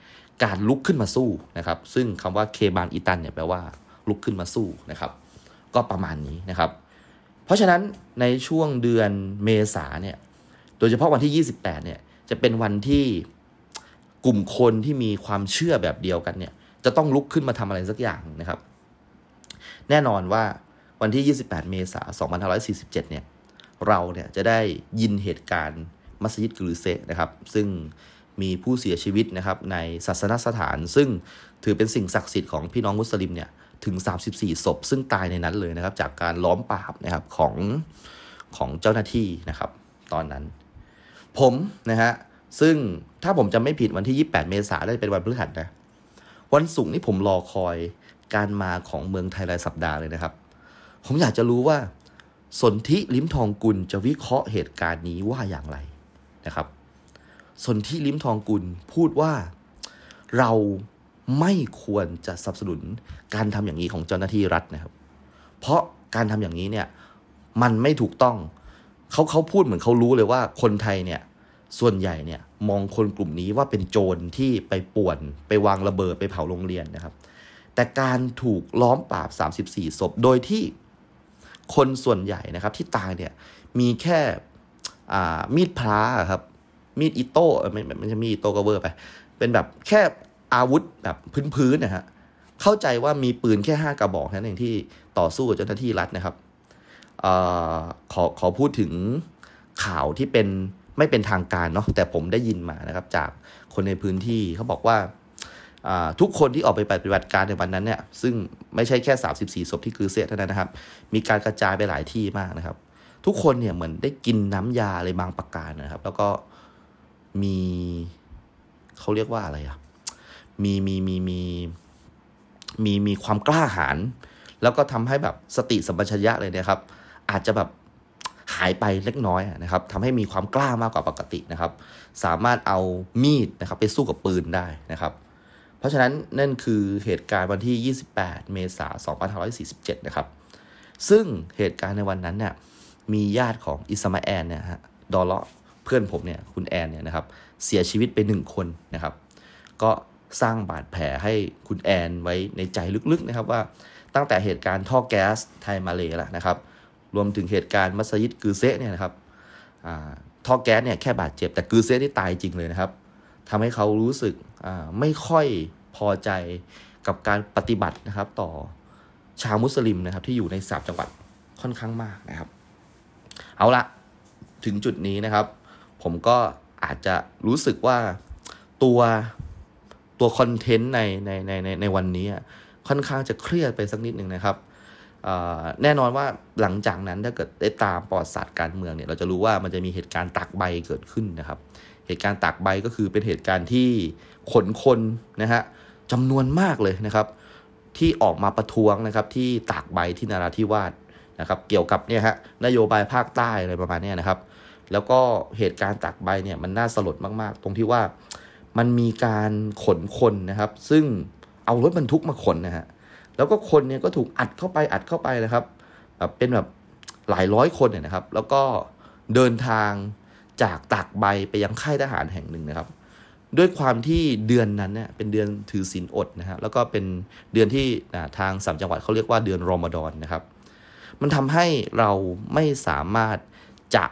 การลุกขึ้นมาสู้นะครับซึ่งคำว่าเคบานอิตันเนี่ยแปลว่าลุกขึ้นมาสู้นะครับก็ประมาณนี้นะครับเพราะฉะนั้นในช่วงเดือนเมษาเนี่ยโดยเฉพาะวันที่ยี่สิบแปดเนี่ยจะเป็นวันที่กลุ่มคนที่มีความเชื่อแบบเดียวกันเนี่ยจะต้องลุกขึ้นมาทำอะไรสักอย่างนะครับแน่นอนว่าวันที่ยี่สิบแปดเมษายนสองพันห้าร้อยสี่สิบเจ็ดเนี่ยเราเนี่ยจะได้ยินเหตุการณ์มัสยิดกฤเซนะครับซึ่งมีผู้เสียชีวิตนะครับในศาสนสถานซึ่งถือเป็นสิ่งศักดิ์สิทธิ์ของพี่น้องมุสลิมเนี่ยถึงสามสิบสี่ศพซึ่งตายในนั้นเลยนะครับจากการล้อมปราบนะครับของของเจ้าหน้าที่นะครับตอนนั้นผมนะฮะซึ่งถ้าผมจำไม่ผิดวันที่ยี่สิบแปดเมษายนได้เป็นวันพฤหัสนะวันศุกร์นี่ผมรอคอยการมาของเมืองไทยรายสัปดาห์เลยนะครับผมอยากจะรู้ว่าสนธิลิ้มทองกุลจะวิเคราะห์เหตุการณ์นี้ว่าอย่างไรนะครับสนธิลิ้มทองกุลพูดว่าเราไม่ควรจะสนับสนุนการทำอย่างนี้ของเจ้าหน้าที่รัฐนะครับเพราะการทำอย่างนี้เนี่ยมันไม่ถูกต้องเขาเขาพูดเหมือนเขารู้เลยว่าคนไทยเนี่ยส่วนใหญ่เนี่ยมองคนกลุ่มนี้ว่าเป็นโจรที่ไปป่วนไปวางระเบิดไปเผาโรงเรียนนะครับแต่การถูกล้อมปราบสามสิบสี่ศพโดยที่คนส่วนใหญ่นะครับที่ตายเนี่ยมีแค่มีดพระครับมีดอิโต้ไม่ไม่ใช่มีดอิโต้ก็เวอร์ไปเป็นแบบแค่อาวุธแบบพื้นๆนะฮะเข้าใจว่ามีปืนแค่ห้ากระบอกนั่นเองที่ต่อสู้กับเจ้าหน้าที่รัฐนะครับเอ่อขอขอพูดถึงข่าวที่เป็นไม่เป็นทางการเนาะแต่ผมได้ยินมานะครับจากคนในพื้นที่เขาบอกว่าทุกคนที่ออกไปปฏิบัติการในวันนั้นเนี่ยซึ่งไม่ใช่แค่สามสิบสี่ศพที่คือเสียเท่านั้นนะครับมีการกระจายไปหลายที่มากนะครับทุกคนเนี่ยเหมือนได้กินน้ำยาอะไรบางประการนะครับแล้วก็มีเขาเรียกว่าอะไรอ่ะมีมีมีมีมีมีความกล้าหาญแล้วก็ทำให้แบบสติสัมปชัญญะเลยนะครับอาจจะแบบหายไปเล็กน้อยนะครับทำให้มีความกล้ามากกว่าปกตินะครับสามารถเอามีดนะครับไปสู้กับปืนได้นะครับเพราะฉะนั้นนั่นคือเหตุการณ์วันที่ยี่สิบแปดเมษายนสองพันห้าร้อยสี่สิบเจ็ดนะครับซึ่งเหตุการณ์ในวันนั้นเนี่ยมีญาติของอิสมาแอลเนี่ยฮะดอเลาะเพื่อนผมเนี่ยคุณแอนเนี่ยนะครับเสียชีวิตไปหนึ่งคนนะครับก็สร้างบาดแผลให้คุณแอนไว้ในใจลึกๆนะครับว่าตั้งแต่เหตุการณ์ท่อแก๊สไทยมาเลย์แล้วนะครับรวมถึงเหตุการณ์มัสยิดกือเซะเนี่ยนะครับท่อแก๊สเนี่ยแค่บาดเจ็บแต่กือเซะที่ตายจริงเลยนะครับทำให้เขารู้สึกไม่ค่อยพอใจกับการปฏิบัตินะครับต่อชาวมุสลิมนะครับที่อยู่ในสามจังหวัดค่อนข้างมากนะครับเอาละถึงจุดนี้นะครับผมก็อาจจะรู้สึกว่าตัวตัวคอนเทนต์ในในในในในวันนี้ค่อนข้างจะเครียดไปสักนิดหนึ่งนะครับแน่นอนว่าหลังจากนั้นถ้าเกิดได้ตามประวัติศาสตร์การเมืองเนี่ยเราจะรู้ว่ามันจะมีเหตุการณ์ตากใบเกิดขึ้นนะครับเหตุการณ์ตากใบก็คือเป็นเหตุการณ์ที่ขนคนนะฮะจำนวนมากเลยนะครับที่ออกมาประท้วงนะครับที่ตากใบที่นราธิวาสนะครับเกี่ยวกับเนี่ยฮะนโยบายภาคใต้อะไรประมาณนี้นะครับแล้วก็เหตุการณ์ตากใบเนี่ยมันน่าสลดมากๆตรงที่ว่ามันมีการขนคนนะครับซึ่งเอารถบรรทุกมาขนนะฮะแล้วก็คนเนี่ยก็ถูกอัดเข้าไปอัดเข้าไปนะครับแบบเป็นแบบหลายร้อยคนเนี่ยนะครับแล้วก็เดินทางจากตากใบไปยังค่ายทหารแห่งหนึ่งนะครับด้วยความที่เดือนนั้นเนี่ยเป็นเดือนถือศีลอดนะฮะแล้วก็เป็นเดือนที่ทางสามจังหวัดเขาเรียกว่าเดือนรอมฎอนนะครับมันทำให้เราไม่สามารถจะ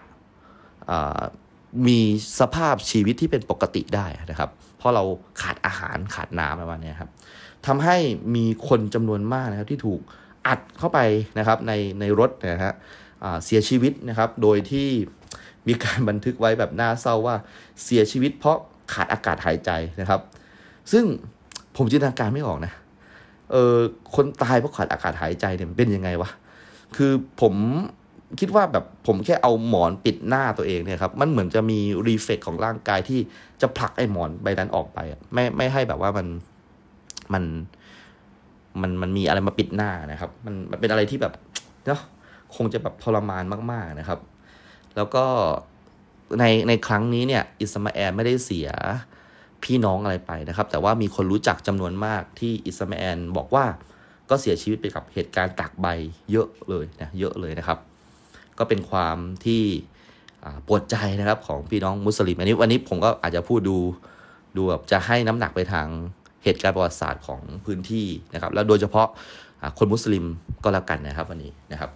มีสภาพชีวิตที่เป็นปกติได้นะครับเพราะเราขาดอาหารขาดน้ำประมาณนี้ครับทำให้มีคนจำนวนมากนะครับที่ถูกอัดเข้าไปนะครับในในรถนะฮะเสียชีวิตนะครับโดยที่มีการบันทึกไว้แบบน่าเศร้าว่าเสียชีวิตเพราะขาดอากาศหายใจนะครับซึ่งผมจินตนาการไม่ออกนะเออคนตายเพราะขาดอากาศหายใจเนี่ยมันเป็นยังไงวะคือผมคิดว่าแบบผมแค่เอาหมอนปิดหน้าตัวเองเนี่ยครับมันเหมือนจะมีรีเฟล็กของร่างกายที่จะผลักไอ้หมอนใบนั้นออกไปไม่ไม่ให้แบบว่ามันมันมันมันมีอะไรมาปิดหน้านะครับมันมันเป็นอะไรที่แบบเนาะคงจะแบบทรมานมากๆนะครับแล้วก็ในในครั้งนี้เนี่ยอิสมาแอลไม่ได้เสียพี่น้องอะไรไปนะครับแต่ว่ามีคนรู้จักจำนวนมากที่อิสมาแอลบอกว่าก็เสียชีวิตไปกับเหตุการณ์ตากใบเยอะเลยนะเยอะเลยนะครับก็เป็นความที่ปวดใจนะครับของพี่น้องมุสลิมอันนี้วันนี้ผมก็อาจจะพูดดูดูแบบจะให้น้ำหนักไปทางเหตุการณ์ประวัติศาสตร์ของพื้นที่นะครับแล้วโดยเฉพาะคนมุสลิมก็แล้วกันนะครับวันนี้นะครับ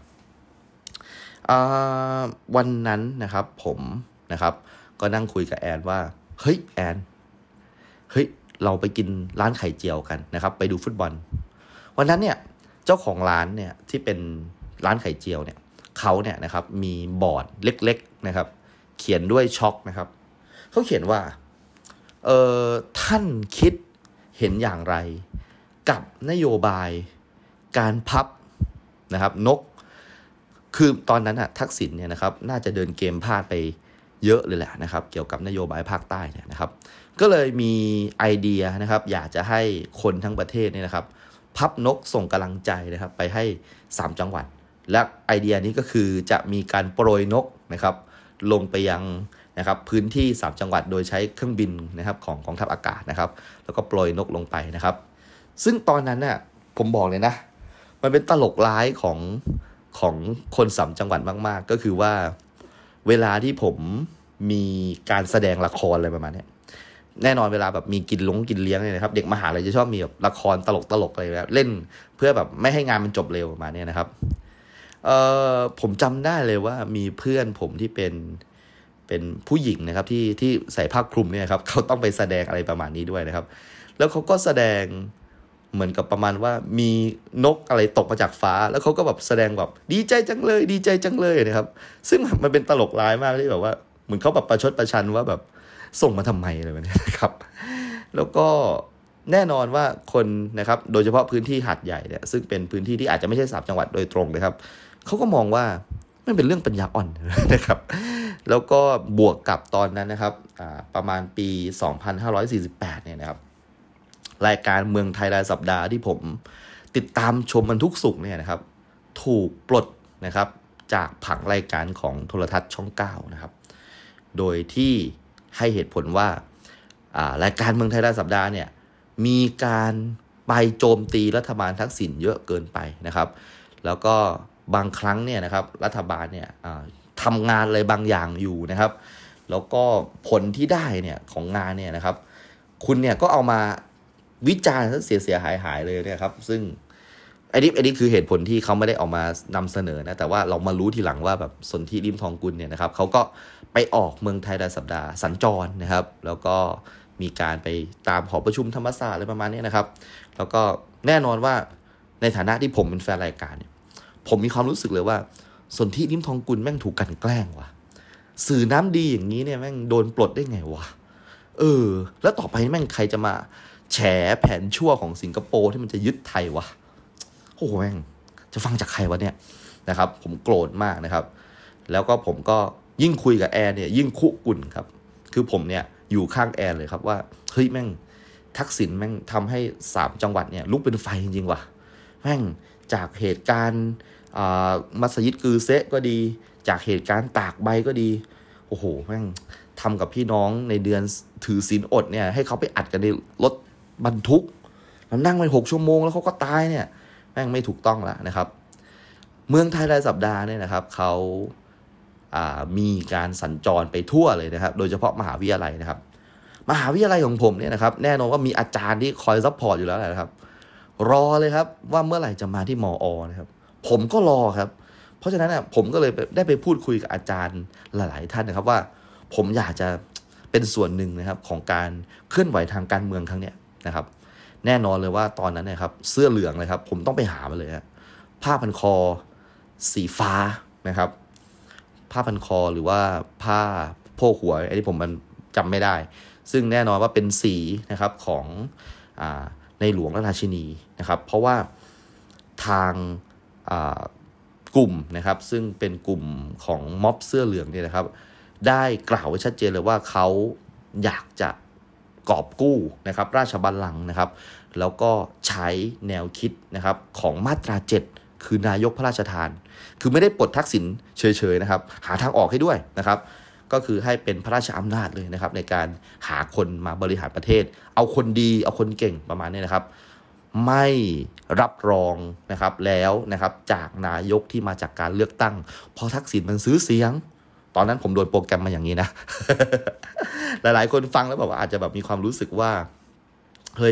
วันนั้นนะครับผมนะครับก็นั่งคุยกับแอนว่าเฮ้ยแอนเฮ้ยเราไปกินร้านไข่เจียวกันนะครับไปดูฟุตบอลวันนั้นเนี่ยเจ้าของร้านเนี่ยที่เป็นร้านไข่เจียวเนี่ยเขาเนี่ยนะครับมีบอร์ดเล็กๆนะครับเขียนด้วยช็อกนะครับเขาเขียนว่าเอ่อท่านคิดเห็นอย่างไรกับนโยบายการพับนะครับนกคือตอนนั้นอะทักษิณเนี่ยนะครับน่าจะเดินเกมพลาดไปเยอะเลยแหละนะครับเกี่ยวกับนโยบายภาคใต้เนี่ยนะครับก็เลยมีไอเดียนะครับอยากจะให้คนทั้งประเทศเนี่ยนะครับพับนกส่งกำลังใจนะครับไปให้สามจังหวัดและไอเดียนี้ก็คือจะมีการโปรยนกนะครับลงไปยังนะครับพื้นที่สามจังหวัดโดยใช้เครื่องบินนะครับของกองทัพอากาศนะครับแล้วก็โปรยนกลงไปนะครับซึ่งตอนนั้นน่ะผมบอกเลยนะมันเป็นตลกร้ายของของคนสามจังหวัดมากๆก็คือว่าเวลาที่ผมมีการแสดงละครอะไรประมาณนี้แน่นอนเวลาแบบมีกินลงกินเลี้ยงเนี่ยนะครับเด็กมหาลัยจะชอบมีแบบละครตลกตลกอะไรแบบเล่นเพื่อแบบไม่ให้งานมันจบเร็วประมาณนี้นะครับเอ่อผมจำได้เลยว่ามีเพื่อนผมที่เป็นเป็นผู้หญิงนะครับที่ที่ใส่ผ้าคลุมเนี่ยครับเขาต้องไปแสดงอะไรประมาณนี้ด้วยนะครับแล้วเขาก็แสดงเหมือนกับประมาณว่ามีนกอะไรตกมาจากฟ้าแล้วเขาก็แบบแสดงแบบดีใจจังเลยดีใจจังเลยนะครับซึ่งมันเป็นตลกร้ายมากที่แบบว่าเหมือนเขาแบบประชดประชันว่าแบบส่งมาทำไมอะไรแบบนี้นะครับแล้วก็แน่นอนว่าคนนะครับโดยเฉพาะพื้นที่หาดใหญ่เนี่ยซึ่งเป็นพื้นที่ที่อาจจะไม่ใช่สามจังหวัดโดยตรงนะครับเขาก็มองว่ามันเป็นเรื่องปัญญาอ่อนนะครับแล้วก็บวกกับตอนนั้นนะครับประมาณปีสองพันห้าร้อยสี่สิบแปดเนี่ยนะครับรายการเมืองไทยรายสัปดาห์ที่ผมติดตามชมมันทุกสุขเนี่ยนะครับถูกปลดนะครับจากผังรายการของโทรทัศน์ช่องเก้านะครับโดยที่ให้เหตุผลว่ารายการเมืองไทยรายสัปดาห์เนี่ยมีการไปโจมตีรัฐบาลทักษิณเยอะเกินไปนะครับแล้วก็บางครั้งเนี่ยนะครับรัฐบาลเนี่ยทำงานอะไรบางอย่างอยู่นะครับแล้วก็ผลที่ได้เนี่ยของงานเนี่ยนะครับคุณเนี่ยก็เอามาวิจารณ์เสียเสียหายหายเลยเนี่ยครับซึ่งไอ้นี่ไอ้นี่คือเหตุผลที่เขาไม่ได้ออกมานำเสนอนะแต่ว่าเรามารู้ทีหลังว่าแบบสนธิริมทองกุลเนี่ยนะครับเขาก็ไปออกเมืองไทยรายสัปดาห์สัญจรนะครับแล้วก็มีการไปตามหอประชุมธรรมศาสตร์อะไรประมาณนี้นะครับแล้วก็แน่นอนว่าในฐานะที่ผมเป็นแฟนรายการเนี่ยผมมีความรู้สึกเลยว่าสนธิริมทองกุลแม่งถูกกันแกล้งว่ะสื่อน้ำดีอย่างนี้เนี่ยแม่งโดนปลดได้ไงวะเออแล้วต่อไปแม่งใครจะมาแฉแผนชั่วของสิงคโปร์ที่มันจะยึดไทยวะโอ้โหแม่งจะฟังจากใครวะเนี่ยนะครับผมโกรธมากนะครับแล้วก็ผมก็ยิ่งคุยกับแอนเนี่ยยิ่งคุกุ่นครับคือผมเนี่ยอยู่ข้างแอนเลยครับว่าเฮ้ยแม่งทักษิณแม่งทำให้สามจังหวัดเนี่ยลุกเป็นไฟจริงๆว่ะแม่งจากเหตุการณ์มัสยิดกือเซะก็ดีจากเหตุการณ์ตากใบก็ดีโอ้โหแม่งทำกับพี่น้องในเดือนถือศีลอดเนี่ยให้เขาไปอัดกันในรถบรรทุกแล้วนั่งไปหกชั่วโมงแล้วเขาก็ตายเนี่ยแม่งไม่ถูกต้องแล้วนะครับเมืองไทยรายสัปดาห์เนี่ยนะครับเขามีการสัญจรไปทั่วเลยนะครับโดยเฉพาะมหาวิทยาลัยนะครับมหาวิทยาลัยของผมเนี่ยนะครับแน่นอนว่ามีอาจารย์ที่คอยซัพพอร์ตอยู่แล้วนะครับรอเลยครับว่าเมื่อไหร่จะมาที่มอ.นะครับผมก็รอครับเพราะฉะนั้นเนี่ยผมก็เลยได้ไปพูดคุยกับอาจารย์หลายๆท่านนะครับว่าผมอยากจะเป็นส่วนหนึ่งนะครับของการเคลื่อนไหวทางการเมืองครั้งเนี้ยนะครับแน่นอนเลยว่าตอนนั้นนะครับเสื้อเหลืองเลยครับผมต้องไปหามาเลยฮะผ้าพันคอสีฟ้านะครับผ้าพันคอหรือว่าผ้าโพกหัวไอ้ที่ผมมันจำไม่ได้ซึ่งแน่นอนว่าเป็นสีนะครับของอ่าในหลวงราชินีนะครับเพราะว่าทางกลุ่มนะครับซึ่งเป็นกลุ่มของม็อบเสื้อเหลืองเนี่ยนะครับได้กล่าวไว้ชัดเจนเลยว่าเขาอยากจะกอบกู้นะครับราชบัลลังก์นะครับแล้วก็ใช้แนวคิดนะครับของมาตราเจ็ดคือนายกพระราชทานคือไม่ได้ปลดทักษิณเฉยๆนะครับหาทางออกให้ด้วยนะครับก็คือให้เป็นพระราชอำนาจเลยนะครับในการหาคนมาบริหารประเทศเอาคนดีเอาคนเก่งประมาณนี้นะครับไม่รับรองนะครับแล้วนะครับจากนายกที่มาจากการเลือกตั้งพอทักษิณมันซื้อเสียงตอนนั้นผมโดนโปรแกรมมาอย่างนี้นะ หลายๆคนฟังแล้วแบบว่าอาจจะแบบมีความรู้สึกว่าเฮ้ย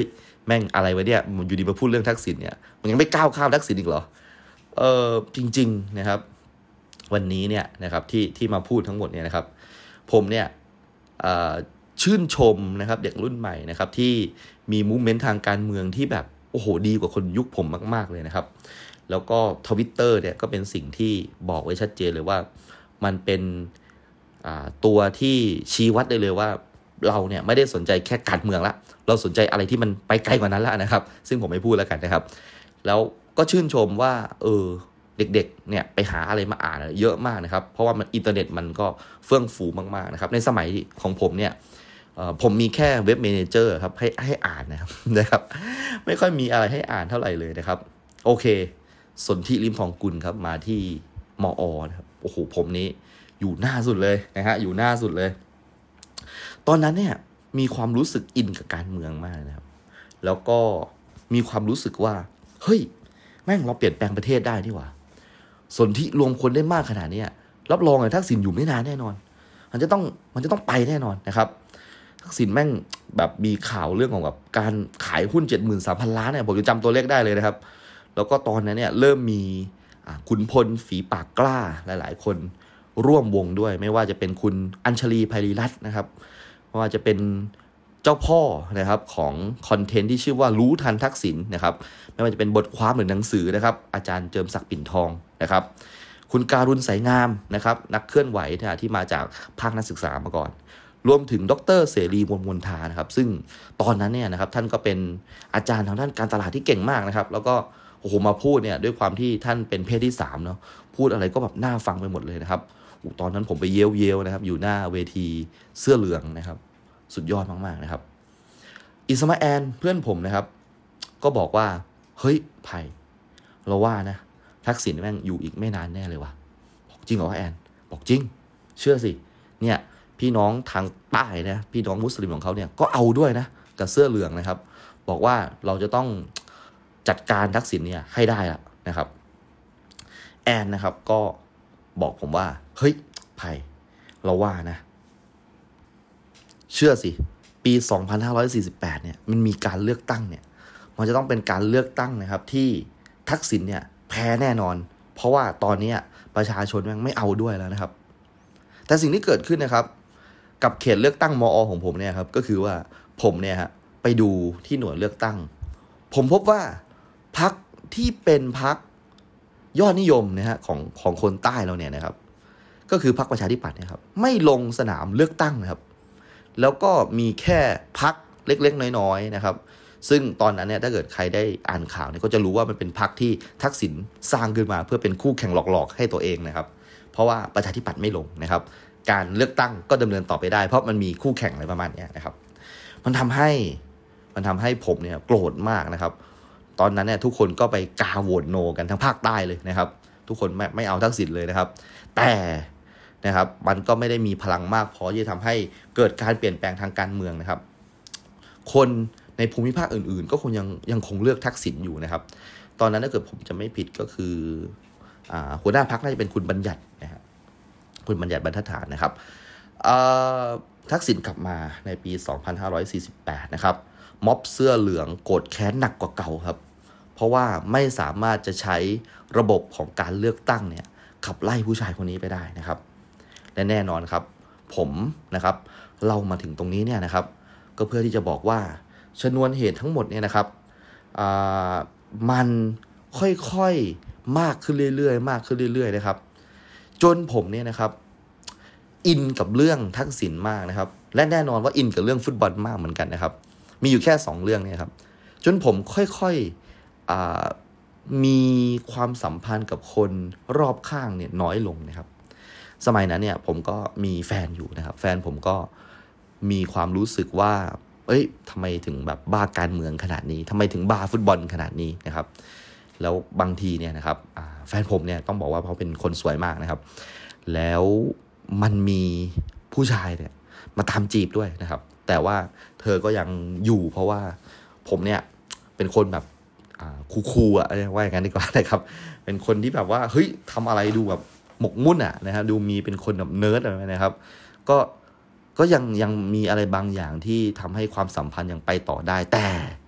แม่งอะไรวะเนี่ยมันอยู่ดีมาพูดเรื่องทักษิณเนี่ยมันยังไม่ก้าวข้ามทักษิณอีกเหรอเออจริงๆนะครับวันนี้เนี่ยนะครับที่ที่มาพูดทั้งหมดเนี่ยนะครับผมเนี่ยชื่นชมนะครับเด็กรุ่นใหม่นะครับที่มีมูฟเมนต์ทางการเมืองที่แบบโอ้โหดีกว่าคนยุคผมมากๆเลยนะครับแล้วก็ Twitter เนี่ยก็เป็นสิ่งที่บอกไว้ชัดเจนเลยว่ามันเป็นตัวที่ชี้วัดได้เลยว่าเราเนี่ยไม่ได้สนใจแค่การเมืองละเราสนใจอะไรที่มันไปไกลกว่านั้นแล้วนะครับซึ่งผมไม่พูดแล้วกันนะครับแล้วก็ชื่นชมว่าเออเด็กๆเนี่ยไปหาอะไรมาอ่านเยอะมากนะครับเพราะว่ามันอินเทอร์เน็ตมันก็เฟื่องฟูมากๆนะครับในสมัยของผมเนี่ยผมมีแค่เว็บเมเนเจอร์ครับให้ให้อ่านนะครับนะครับไม่ค่อยมีอะไรให้อ่านเท่าไหร่เลยนะครับโอเคสนธิริมทองกุลครับมาที่มอนะครับโอ้โหผมนี้อยู่หน้าสุดเลยนะฮะอยู่หน้าสุดเลยตอนนั้นเนี่ยมีความรู้สึกอินกับการเมืองมากนะครับแล้วก็มีความรู้สึกว่าเฮ้ยแม่งเราเปลี่ยนแปลงประเทศได้นี่หว่าสนธิรวมคนได้มากขนาดนี้รับรองเลยทักษิณอยู่ไม่นานแน่นอนมันจะต้องมันจะต้องไปแน่นอนนะครับทักษิณแม่งแบบมีข่าวเรื่องของแบบการขายหุ้น เจ็ดหมื่นสามพัน ล้านเนี่ยผมจะจำตัวเลขได้เลยนะครับแล้วก็ตอนนั้นเนี่ยเริ่มมีขุนพลฝีปากกล้าหลายๆคนร่วมวงด้วยไม่ว่าจะเป็นคุณอัญชลีไพรีรัตน์นะครับไม่ว่าจะเป็นเจ้าพ่อนะครับของคอนเทนต์ที่ชื่อว่ารู้ทันทักษิณนะครับไม่ว่าจะเป็นบทความหรือหนังสือนะครับอาจารย์เจิมศักดิ์ปิ่นทองนะครับคุณการุณสายงามนะครับนักเคลื่อนไหวที่มาจากภาคนักศึกษามาก่อนรวมถึงดรเสรีมวลมนทานะครับซึ่งตอนนั้นเนี่ยนะครับท่านก็เป็นอาจารย์ทางด้านการตลาดที่เก่งมากนะครับแล้วก็โอ้โหมาพูดเนี่ยด้วยความที่ท่านเป็นเพศที่สามเนาะพูดอะไรก็แบบน่าฟังไปหมดเลยนะครับตอนนั้นผมไปเย้ยวเย้วนะครับอยู่หน้าเวทีเสื้อเหลืองนะครับสุดยอดมากๆนะครับอิสมาแอนเพื่อนผมนะครับก็บอกว่าเฮ้ยไผ่เราว่านะทักษิณแม่งอยู่อีกไม่นานแน่เลยว่ะบอกจริงเหรอแอนบอกจริงเชื่อสิเนี่ยพี่น้องทางใต้นะพี่น้องมุสลิมของเขาเนี่ยก็เอาด้วยนะกับเสื้อเหลืองนะครับบอกว่าเราจะต้องจัดการทักษิณเนี่ยให้ได้ละนะครับแอนนะครับก็บอกผมว่าเฮ้ยไผ่เราว่านะเชื่อสิปีสองพันห้าร้อยสี่สิบแปดเนี่ยมันมีการเลือกตั้งเนี่ยมันจะต้องเป็นการเลือกตั้งนะครับที่ทักษิณเนี่ยแพ้แน่นอนเพราะว่าตอนนี้ประชาชนยังไม่เอาด้วยแล้วนะครับแต่สิ่งที่เกิดขึ้นนะครับกับเขตเลือกตั้งมอของผมเนี่ยครับก็คือว่าผมเนี่ยฮะไปดูที่หน่วยเลือกตั้งผมพบว่าพรรคที่เป็นพรรคยอดนิยมนะฮะของของคนใต้เราเนี่ยนะครับก็คือพรรคประชาธิปัตย์นะครับไม่ลงสนามเลือกตั้งนะครับแล้วก็มีแค่พรรคเล็กๆน้อยๆนะครับซึ่งตอนนั้นเนี่ยถ้าเกิดใครได้อ่านข่าวเนี่ยก็จะรู้ว่ามันเป็นพรรคที่ทักษิณสร้างขึ้นมาเพื่อเป็นคู่แข่งหลอกๆให้ตัวเองนะครับเพราะว่าประชาธิปัตย์ไม่ลงนะครับการเลือกตั้งก็ดำเนินต่อไปได้เพราะมันมีคู่แข่งอะไรประมาณนี้นะครับมันทำให้มันทำให้ผมเนี่ยโกรธมากนะครับตอนนั้นเนี่ยทุกคนก็ไปกาโหวตโนกันทั้งภาคใต้เลยนะครับทุกคนไม่ไม่เอาทักษิณเลยนะครับแต่นะครับมันก็ไม่ได้มีพลังมากพอที่จะทำให้เกิดการเปลี่ยนแปลงทางการเมืองนะครับคนในภูมิภาคอื่นๆก็คงยังยังคงเลือกทักษิณอยู่นะครับตอนนั้นถ้าเกิดผมจะไม่ผิดก็คืออ่าหัวหน้าพรรคน่าจะเป็นคุณบัญญัตินะครับคุณบัญญัติบรรทัดฐานนะครับทักษิณกลับมาในปีสองพันห้าร้อยสี่สิบแปดนะครับม็อบเสื้อเหลืองโกรธแค้นหนักกว่าเก่าครับเพราะว่าไม่สามารถจะใช้ระบบของการเลือกตั้งเนี่ยขับไล่ผู้ชายคนนี้ไปได้นะครับและแน่นอนครับผมนะครับเล่ามาถึงตรงนี้เนี่ยนะครับก็เพื่อที่จะบอกว่าชนวนเหตุทั้งหมดเนี่ยนะครับมันค่อยๆมากขึ้นเรื่อยๆมากขึ้นเรื่อยๆนะครับจนผมเนี่ยนะครับอินกับเรื่องทักษิณมากนะครับและแน่นอนว่าอินกับเรื่องฟุตบอลมากเหมือนกันนะครับมีอยู่แค่สองเรื่องเนี่ยครับจนผมค่อยๆมีความสัมพันธ์กับคนรอบข้างเนี่ยน้อยลงนะครับสมัยนั้นเนี่ยผมก็มีแฟนอยู่นะครับแฟนผมก็มีความรู้สึกว่าเอ้ยทำไมถึงแบบบ้าการเมืองขนาดนี้ทำไมถึงบ้าฟุตบอลขนาดนี้นะครับแล้วบางทีเนี่ยนะครับแฟนผมเนี่ยต้องบอกว่าเขาเป็นคนสวยมากนะครับแล้วมันมีผู้ชายเนี่ยมาตามจีบด้วยนะครับแต่ว่าเธอก็ยังอยู่เพราะว่าผมเนี่ยเป็นคนแบบคูลๆอ่ะว่าอย่างนั้นดีกว่านะครับเป็นคนที่แบบว่าเฮ้ยทำอะไรดูแบบหมกมุ่นอ่ะนะครับดูมีเป็นคนแบบเนิร์ดอะไรนะครับก็ก็ยังยังมีอะไรบางอย่างที่ทำให้ความสัมพันธ์ยังไปต่อได้แต่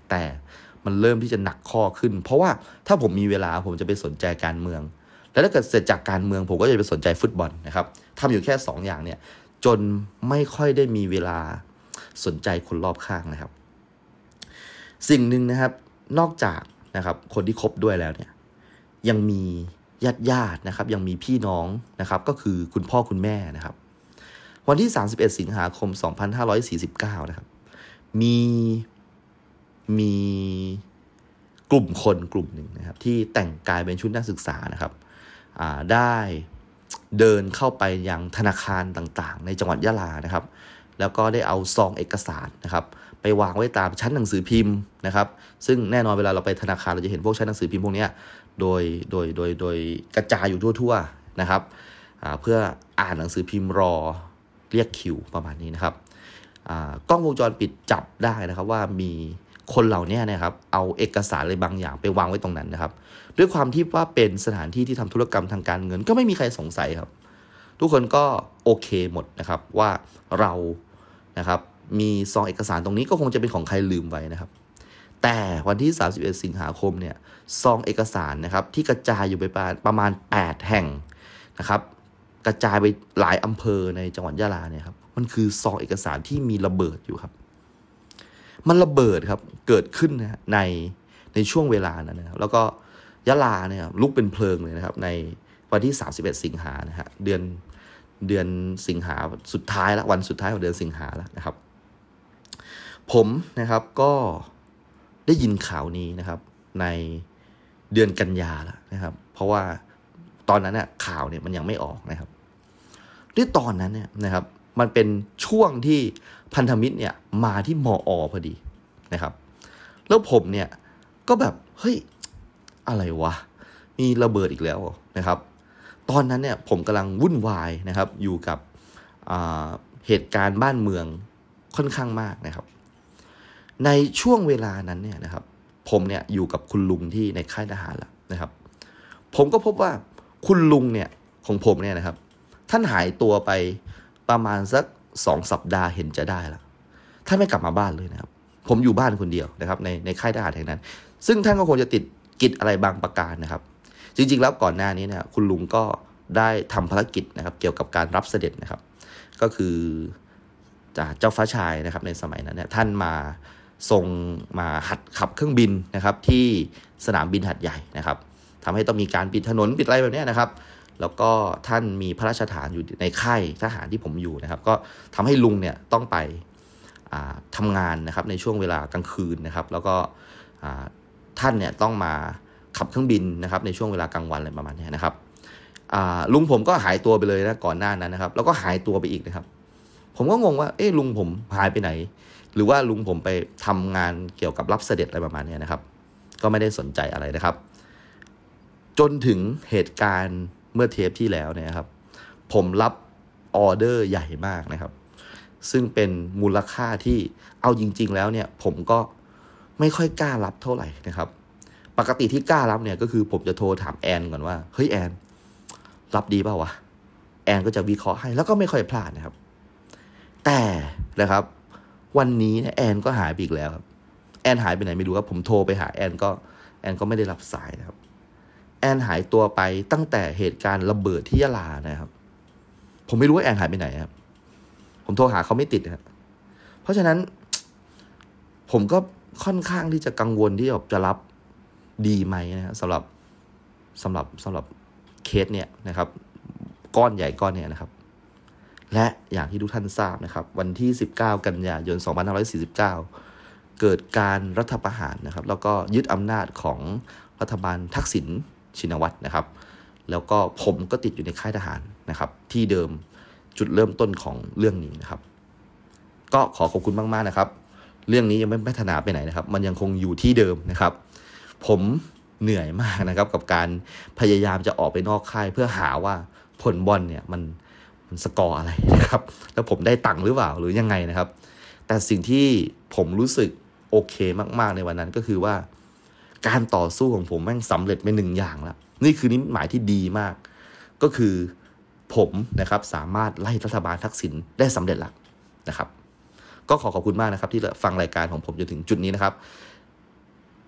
แต่มันเริ่มที่จะหนักข้อขึ้นเพราะว่าถ้าผมมีเวลาผมจะไปสนใจการเมืองแล้วถ้าเกิดเสร็จจากการเมืองผมก็จะไปสนใจฟุตบอลนะครับทำอยู่แค่สองอย่างเนี่ยจนไม่ค่อยได้มีเวลาสนใจคนรอบข้างนะครับสิ่งหนึ่งนะครับนอกจากนะครับคนที่คบด้วยแล้วเนี่ยยังมีญาติญาตินะครับยังมีพี่น้องนะครับก็คือคุณพ่อคุณแม่นะครับวันที่สามสิบเอ็ดสิงหาคมสองพันห้าร้อยสี่สิบเก้านะครับมีมีกลุ่มคนกลุ่มหนึ่งนะครับที่แต่งกายเป็นชุดนักศึกษานะครับได้เดินเข้าไปยังธนาคารต่างๆในจังหวัดยะลานะครับแล้วก็ได้เอาซองเอกสารนะครับไปวางไว้ตามชั้นหนังสือพิมพ์นะครับซึ่งแน่นอนเวลาเราไปธนาคารเราจะเห็นพวกชั้นหนังสือพิมพ์พวกนี้โดยโดยโดยโดยกระจายอยู่ทั่วๆนะครับเพื่ออ่านหนังสือพิมพ์รอเรียกคิวประมาณนี้นะครับกล้องวงจรปิดจับได้นะครับว่ามีคนเหล่านี้นะครับเอาเอกสารอะไรบางอย่างไปวางไว้ตรงนั้นนะครับด้วยความที่ว่าเป็นสถานที่ที่ทำธุรกรรมทางการเงินก็ไม่มีใครสงสัยครับทุกคนก็โอเคหมดนะครับว่าเรานะครับมีซองเอกสารตรงนี้ก็คงจะเป็นของใครลืมไว้นะครับแต่วันที่สามสิบเอ็ดสิงหาคมเนี่ยซองเอกสารนะครับที่กระจายอยู่ไปประมาณแปดแห่งนะครับกระจายไปหลายอำเภอในจังหวัดยะลาเนี่ยครับมันคือซองเอกสารที่มีระเบิดอยู่ครับมันระเบิดครับเกิดขึ้นนะในในช่วงเวลานั้นนะครับแล้วก็ยะลาเนี่ยลุกเป็นเพลิงเลยนะครับในวันที่สามสิบเอ็ดสิงหานะฮะเดือนเดือนสิงหาสุดท้ายแล้ววันสุดท้ายของเดือนสิงหาแล้วนะครับผมนะครับก็ได้ยินข่าวนี้นะครับในเดือนกันยาแล้วนะครับเพราะว่าตอนนั้นน่ะข่าวเนี่ยมันยังไม่ออกนะครับด้วยตอนนั้นเนี่ยนะครับมันเป็นช่วงที่พันธมิตรเนี่ยมาที่มอ.พอดีนะครับแล้วผมเนี่ยก็แบบเฮ้ยอะไรวะมีระเบิดอีกแล้วนะครับตอนนั้นเนี่ยผมกำลังวุ่นวายนะครับอยู่กับเหตุการณ์บ้านเมืองค่อนข้างมากนะครับในช่วงเวลานั้นเนี่ยนะครับผมเนี่ยอยู่กับคุณลุงที่ในค่ายทหารแล้วนะครับผมก็พบว่าคุณลุงเนี่ยของผมเนี่ยนะครับท่านหายตัวไปประมาณสักสองสัปดาห์เห็นจะได้แล้วท่านไม่กลับมาบ้านเลยนะครับผมอยู่บ้านคนเดียวนะครับในในค่ายทหารแห่งนั้นซึ่งท่านก็คงจะติดกิจอะไรบางประการนะครับจริงๆแล้วก่อนหน้านี้เนี่ยคุณลุงก็ได้ทำภารกิจนะครับเกี่ยวกับการรับเสด็จนะครับก็คือเจ้าฟ้าชายนะครับในสมัยนั้นเนี่ยท่านมาทรงมาหัดขับเครื่องบินนะครับที่สนามบินหัดใหญ่นะครับทำให้ต้องมีการปิดถนนปิดอะไรแบบนี้นะครับแล้วก็ท่านมีพระราชฐานอยู่ในค่ายทหารที่ผมอยู่นะครับก็ทำให้ลุงเนี่ยต้องไปทำงานนะครับในช่วงเวลากลางคืนนะครับแล้วก็ท่านเนี่ยต้องมาขับเครื่องบินนะครับในช่วงเวลากลางวันอะไรประมาณนี้นะครับลุงผมก็หายตัวไปเลยนะก่อนหน้านั้นนะครับแล้วก็หายตัวไปอีกนะครับผมก็งงว่าเอ๊ะลุงผมหายไปไหนหรือว่าลุงผมไปทำงานเกี่ยวกับรับเสด็จอะไรประมาณนี้นะครับก็ไม่ได้สนใจอะไรนะครับจนถึงเหตุการณ์เมื่อเทปที่แล้วเนี่ยครับผมรับออเดอร์ใหญ่มากนะครับซึ่งเป็นมูลค่าที่เอาจริงๆแล้วเนี่ยผมก็ไม่ค่อยกล้ารับเท่าไหร่นะครับปกติที่กล้ารับเนี่ยก็คือผมจะโทรถามแอนก่อนว่าเฮ้ยแอนรับดีเปล่าวะแอนก็จะวิเคราะห์ให้แล้วก็ไม่ค่อยพลาดนะครับแต่นะครับวันนี้เนี่ยแอนก็หายไปอีกแล้วครับแอนหายไปไหนไม่รู้ครับผมโทรไปหาแอนก็แอนก็ไม่ได้รับสายนะครับแอนหายตัวไปตั้งแต่เหตุการณ์ระเบิดที่ยะลานะครับผมไม่รู้ว่าแอนหายไปไหนครับผมโทรหาเขาไม่ติดครับเพราะฉะนั้นผมก็ค่อนข้างที่จะกังวลที่จะรับดีไหมนะครับสำหรับสำหรับสำหรับเคสเนี่ยนะครับก้อนใหญ่ก้อนเนี่ยนะครับและอย่างที่ทุกท่านทราบนะครับวันที่สิบเก้ากันยายนสองพันห้าร้อยสี่สิบเก้าเกิดการรัฐประหารนะครับแล้วก็ยึดอำนาจของรัฐบาลทักษิณชินวัตรนะครับแล้วก็ผมก็ติดอยู่ในค่ายทหารนะครับที่เดิมจุดเริ่มต้นของเรื่องนี้นะครับก็ขอขอบคุณมากๆนะครับเรื่องนี้ยังไม่พัฒนาไปไหนนะครับมันยังคงอยู่ที่เดิมนะครับผมเหนื่อยมากนะครับกับการพยายามจะออกไปนอกค่ายเพื่อหาว่าผลบอลเนี่ยมันมันสกอร์อะไรนะครับแล้วผมได้ตังค์หรือเปล่าหรือยังไงนะครับแต่สิ่งที่ผมรู้สึกโอเคมากๆในวันนั้นก็คือว่าการต่อสู้ของผมแม่งสำเร็จไปหนึ่งอย่างแล้วนี่คือนิมิตหมายที่ดีมากก็คือผมนะครับสามารถไล่รัฐบาลทักษิณได้สำเร็จแล้วนะครับก็ขอขอบคุณมากนะครับที่ฟังรายการของผมจนถึงจุดนี้นะครับ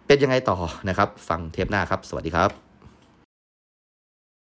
เป็นยังไงต่อนะครับฟังเทปหน้าครับสวัสดีครับ